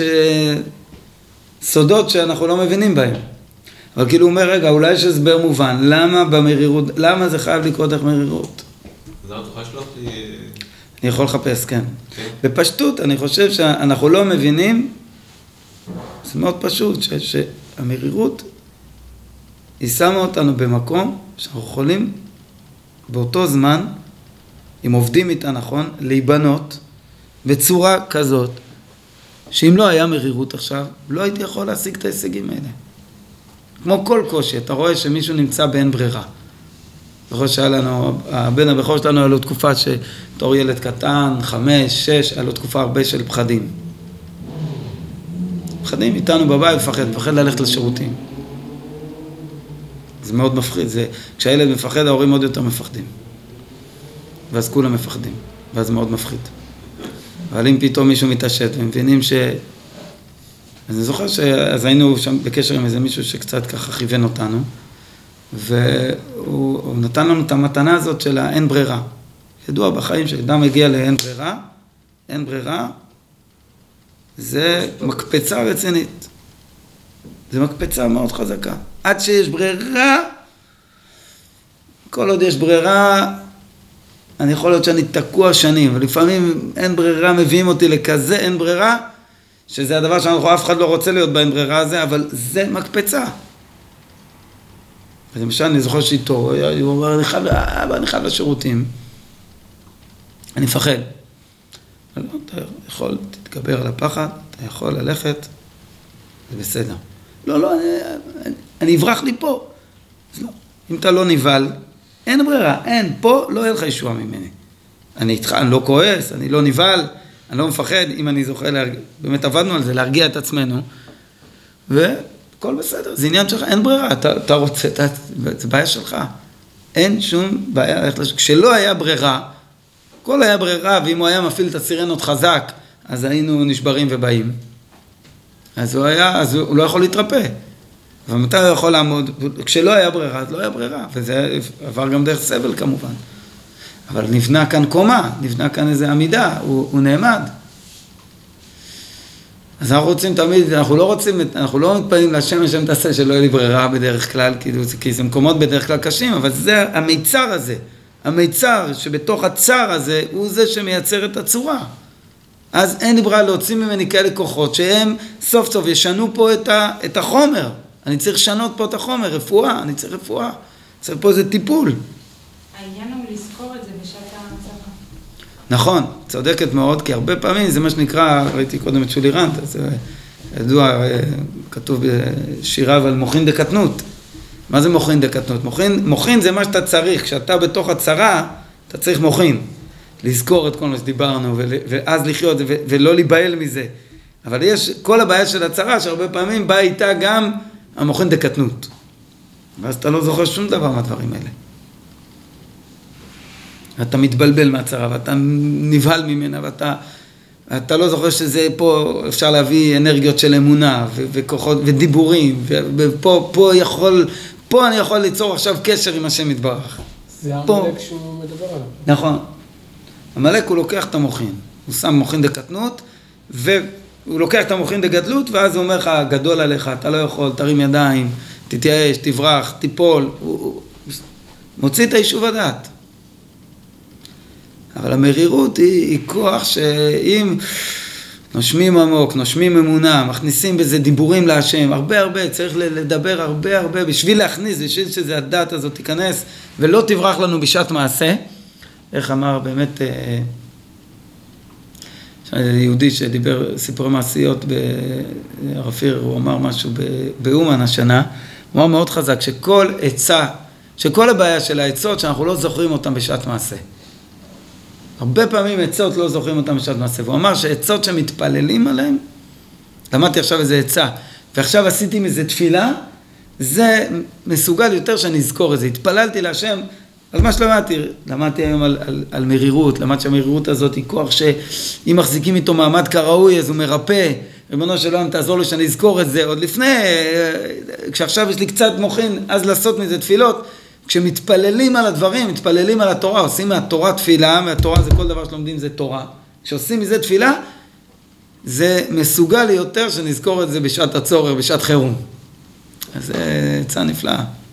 סודות שאנחנו לא מבינים בהם. אבל כאילו הוא אומר, רגע, אולי יש הסבר מובן, למה במרירות, למה זה חייב לקרות דרך מרירות? אז אתה יכול לשלוח לי... אני יכול לחפש, כן. בפשטות, אני חושב שאנחנו לא מבינים, זה מאוד פשוט, ש... שהמרירות היא שמה אותנו במקום שאנחנו יכולים באותו זמן, אם עובדים איתה נכון, להיבנות בצורה כזאת, שאם לא היה מרירות עכשיו, לא הייתי יכול להשיג את ההישגים האלה. כמו כל קושי, אתה רואה שמישהו נמצא באין ברירה. זוכר שהיה לנו, הבן הבכור שלנו היה לו תקופה שתור ילד קטן, חמש, שש, היה לו תקופה הרבה של פחדים. פחדים איתנו בבית, מפחד, מפחד ללכת לשירותים. זה מאוד מפחיד, זה, כשהילד מפחד, ההורים עוד יותר מפחדים. ואז כולם מפחדים, ואז זה מאוד מפחיד. אבל אם פתאום מישהו מתעשת, ומבינים ש... אז אני זוכר שאז היינו שם בקשר עם איזה מישהו שקצת ככה כיוון אותנו, והוא נתן לנו את המתנה הזאת של האין ברירה. ידוע בחיים שאדם מגיע לאין ברירה, אין ברירה, זה מקפצה רצינית. זה מקפצה מאוד חזקה. עד שיש ברירה, כל עוד יש ברירה, אני יכול להיות שאני תקוע שנים, ולפעמים אין ברירה, מביאים אותי לכזה אין ברירה, שזה הדבר שאנחנו אף אחד לא רוצה להיות באין ברירה הזה, אבל זה מקפצה. למשל, אני זוכר שאיתו, הוא אומר, אני חייב, אבא, אני חייב לשירותים. אני מפחד. לא, אתה יכול, תתגבר על הפחד, אתה יכול ללכת, זה בסדר. לא, לא, אני, אני אברח לי פה. אז לא, אם אתה לא נבהל, אין ברירה, אין, פה לא יהיה לך ישועה ממני. אני איתך, אני לא כועס, אני לא נבהל, אני לא מפחד, אם אני זוכה להרגיע, באמת עבדנו על זה, להרגיע את עצמנו, וכל בסדר, זה עניין שלך, אין ברירה, אתה, אתה רוצה, אתה, זה בעיה שלך. אין שום בעיה, כשלא היה ברירה, כל היה ברירה, ואם הוא היה מפעיל את הסירנות חזק, אז היינו נשברים ובאים. אז הוא היה, אז הוא לא יכול להתרפא. אבל מתי הוא יכול לעמוד? כשלא היה ברירה, אז לא היה ברירה. וזה עבר גם דרך סבל כמובן. אבל נבנה כאן קומה, נבנה כאן איזו עמידה, הוא, הוא נעמד. אז אנחנו רוצים תמיד, אנחנו לא רוצים, אנחנו לא מתפעלים להשם, השם תעשה שלא יהיה לי ברירה בדרך כלל, כי זה מקומות בדרך כלל קשים, אבל זה המיצר הזה, המיצר שבתוך הצר הזה, הוא זה שמייצר את הצורה. אז אין לי ברירה להוציא ממני כאלה כוחות, שהם סוף סוף ישנו פה את, ה, את החומר. אני צריך לשנות פה את החומר, רפואה, אני צריך רפואה. צריך פה איזה טיפול. העניין הוא לזכור את זה בשעת ההצלחה. נכון, צודקת מאוד, כי הרבה פעמים זה מה שנקרא, ראיתי קודם את שולי רנט, זה ידוע, כתוב בשיריו על מוחין דקטנות. מה זה מוחין דקטנות? מוחין, מוחין זה מה שאתה צריך, כשאתה בתוך הצרה, אתה צריך מוחין. לזכור את כל מה שדיברנו, ואז לחיות ולא להיבהל מזה. אבל יש, כל הבעיה של הצרה, שהרבה פעמים באה איתה גם המוחין דקטנות. ואז אתה לא זוכר שום דבר מהדברים האלה. אתה מתבלבל מהצרה, ואתה נבהל ממנה, ואתה אתה לא זוכר שזה פה אפשר להביא אנרגיות של אמונה, ו- וכוחות, ודיבורים, ו- ופה פה יכול, פה אני יכול ליצור עכשיו קשר עם השם יתברך. זה המלאק שהוא מדבר עליו. נכון. המלאק הוא לוקח את המוחין, הוא שם מוחין דקטנות, והוא לוקח את המוחין דגדלות, ואז הוא אומר לך, גדול עליך, אתה לא יכול, תרים ידיים, תתייאש, תברח, תיפול, הוא, הוא מוציא את היישוב הדעת. אבל המרירות היא, היא כוח שאם נושמים עמוק, נושמים אמונה, מכניסים בזה דיבורים להשם, הרבה הרבה, צריך לדבר הרבה הרבה, בשביל להכניס, בשביל שזה הדעת הזאת תיכנס, ולא תברח לנו בשעת מעשה. איך אמר באמת יהודי שדיבר סיפורי מעשיות בערפיר, הוא אמר משהו באומן השנה, הוא אמר מאוד חזק, שכל עצה, שכל הבעיה של העצות שאנחנו לא זוכרים אותם בשעת מעשה. הרבה פעמים עצות לא זוכרים אותם בשעת מעשה, והוא אמר שעצות שמתפללים עליהם, למדתי עכשיו איזה עצה, ועכשיו עשיתי מזה תפילה, זה מסוגל יותר שאני אזכור את זה, התפללתי להשם, אז מה שלמדתי? למדתי היום על, על, על מרירות, למדתי שהמרירות הזאת היא כוח שאם מחזיקים איתו מעמד כראוי, אז הוא מרפא, ריבונו של עולם תעזור לי שאני אזכור את זה, עוד לפני, כשעכשיו יש לי קצת מוחין, אז לעשות מזה תפילות, כשמתפללים על הדברים, מתפללים על התורה, עושים מהתורה תפילה, מהתורה זה כל דבר שלומדים זה תורה, כשעושים מזה תפילה, זה מסוגל יותר שנזכור את זה בשעת הצורך, בשעת חירום. אז זה עצה נפלאה.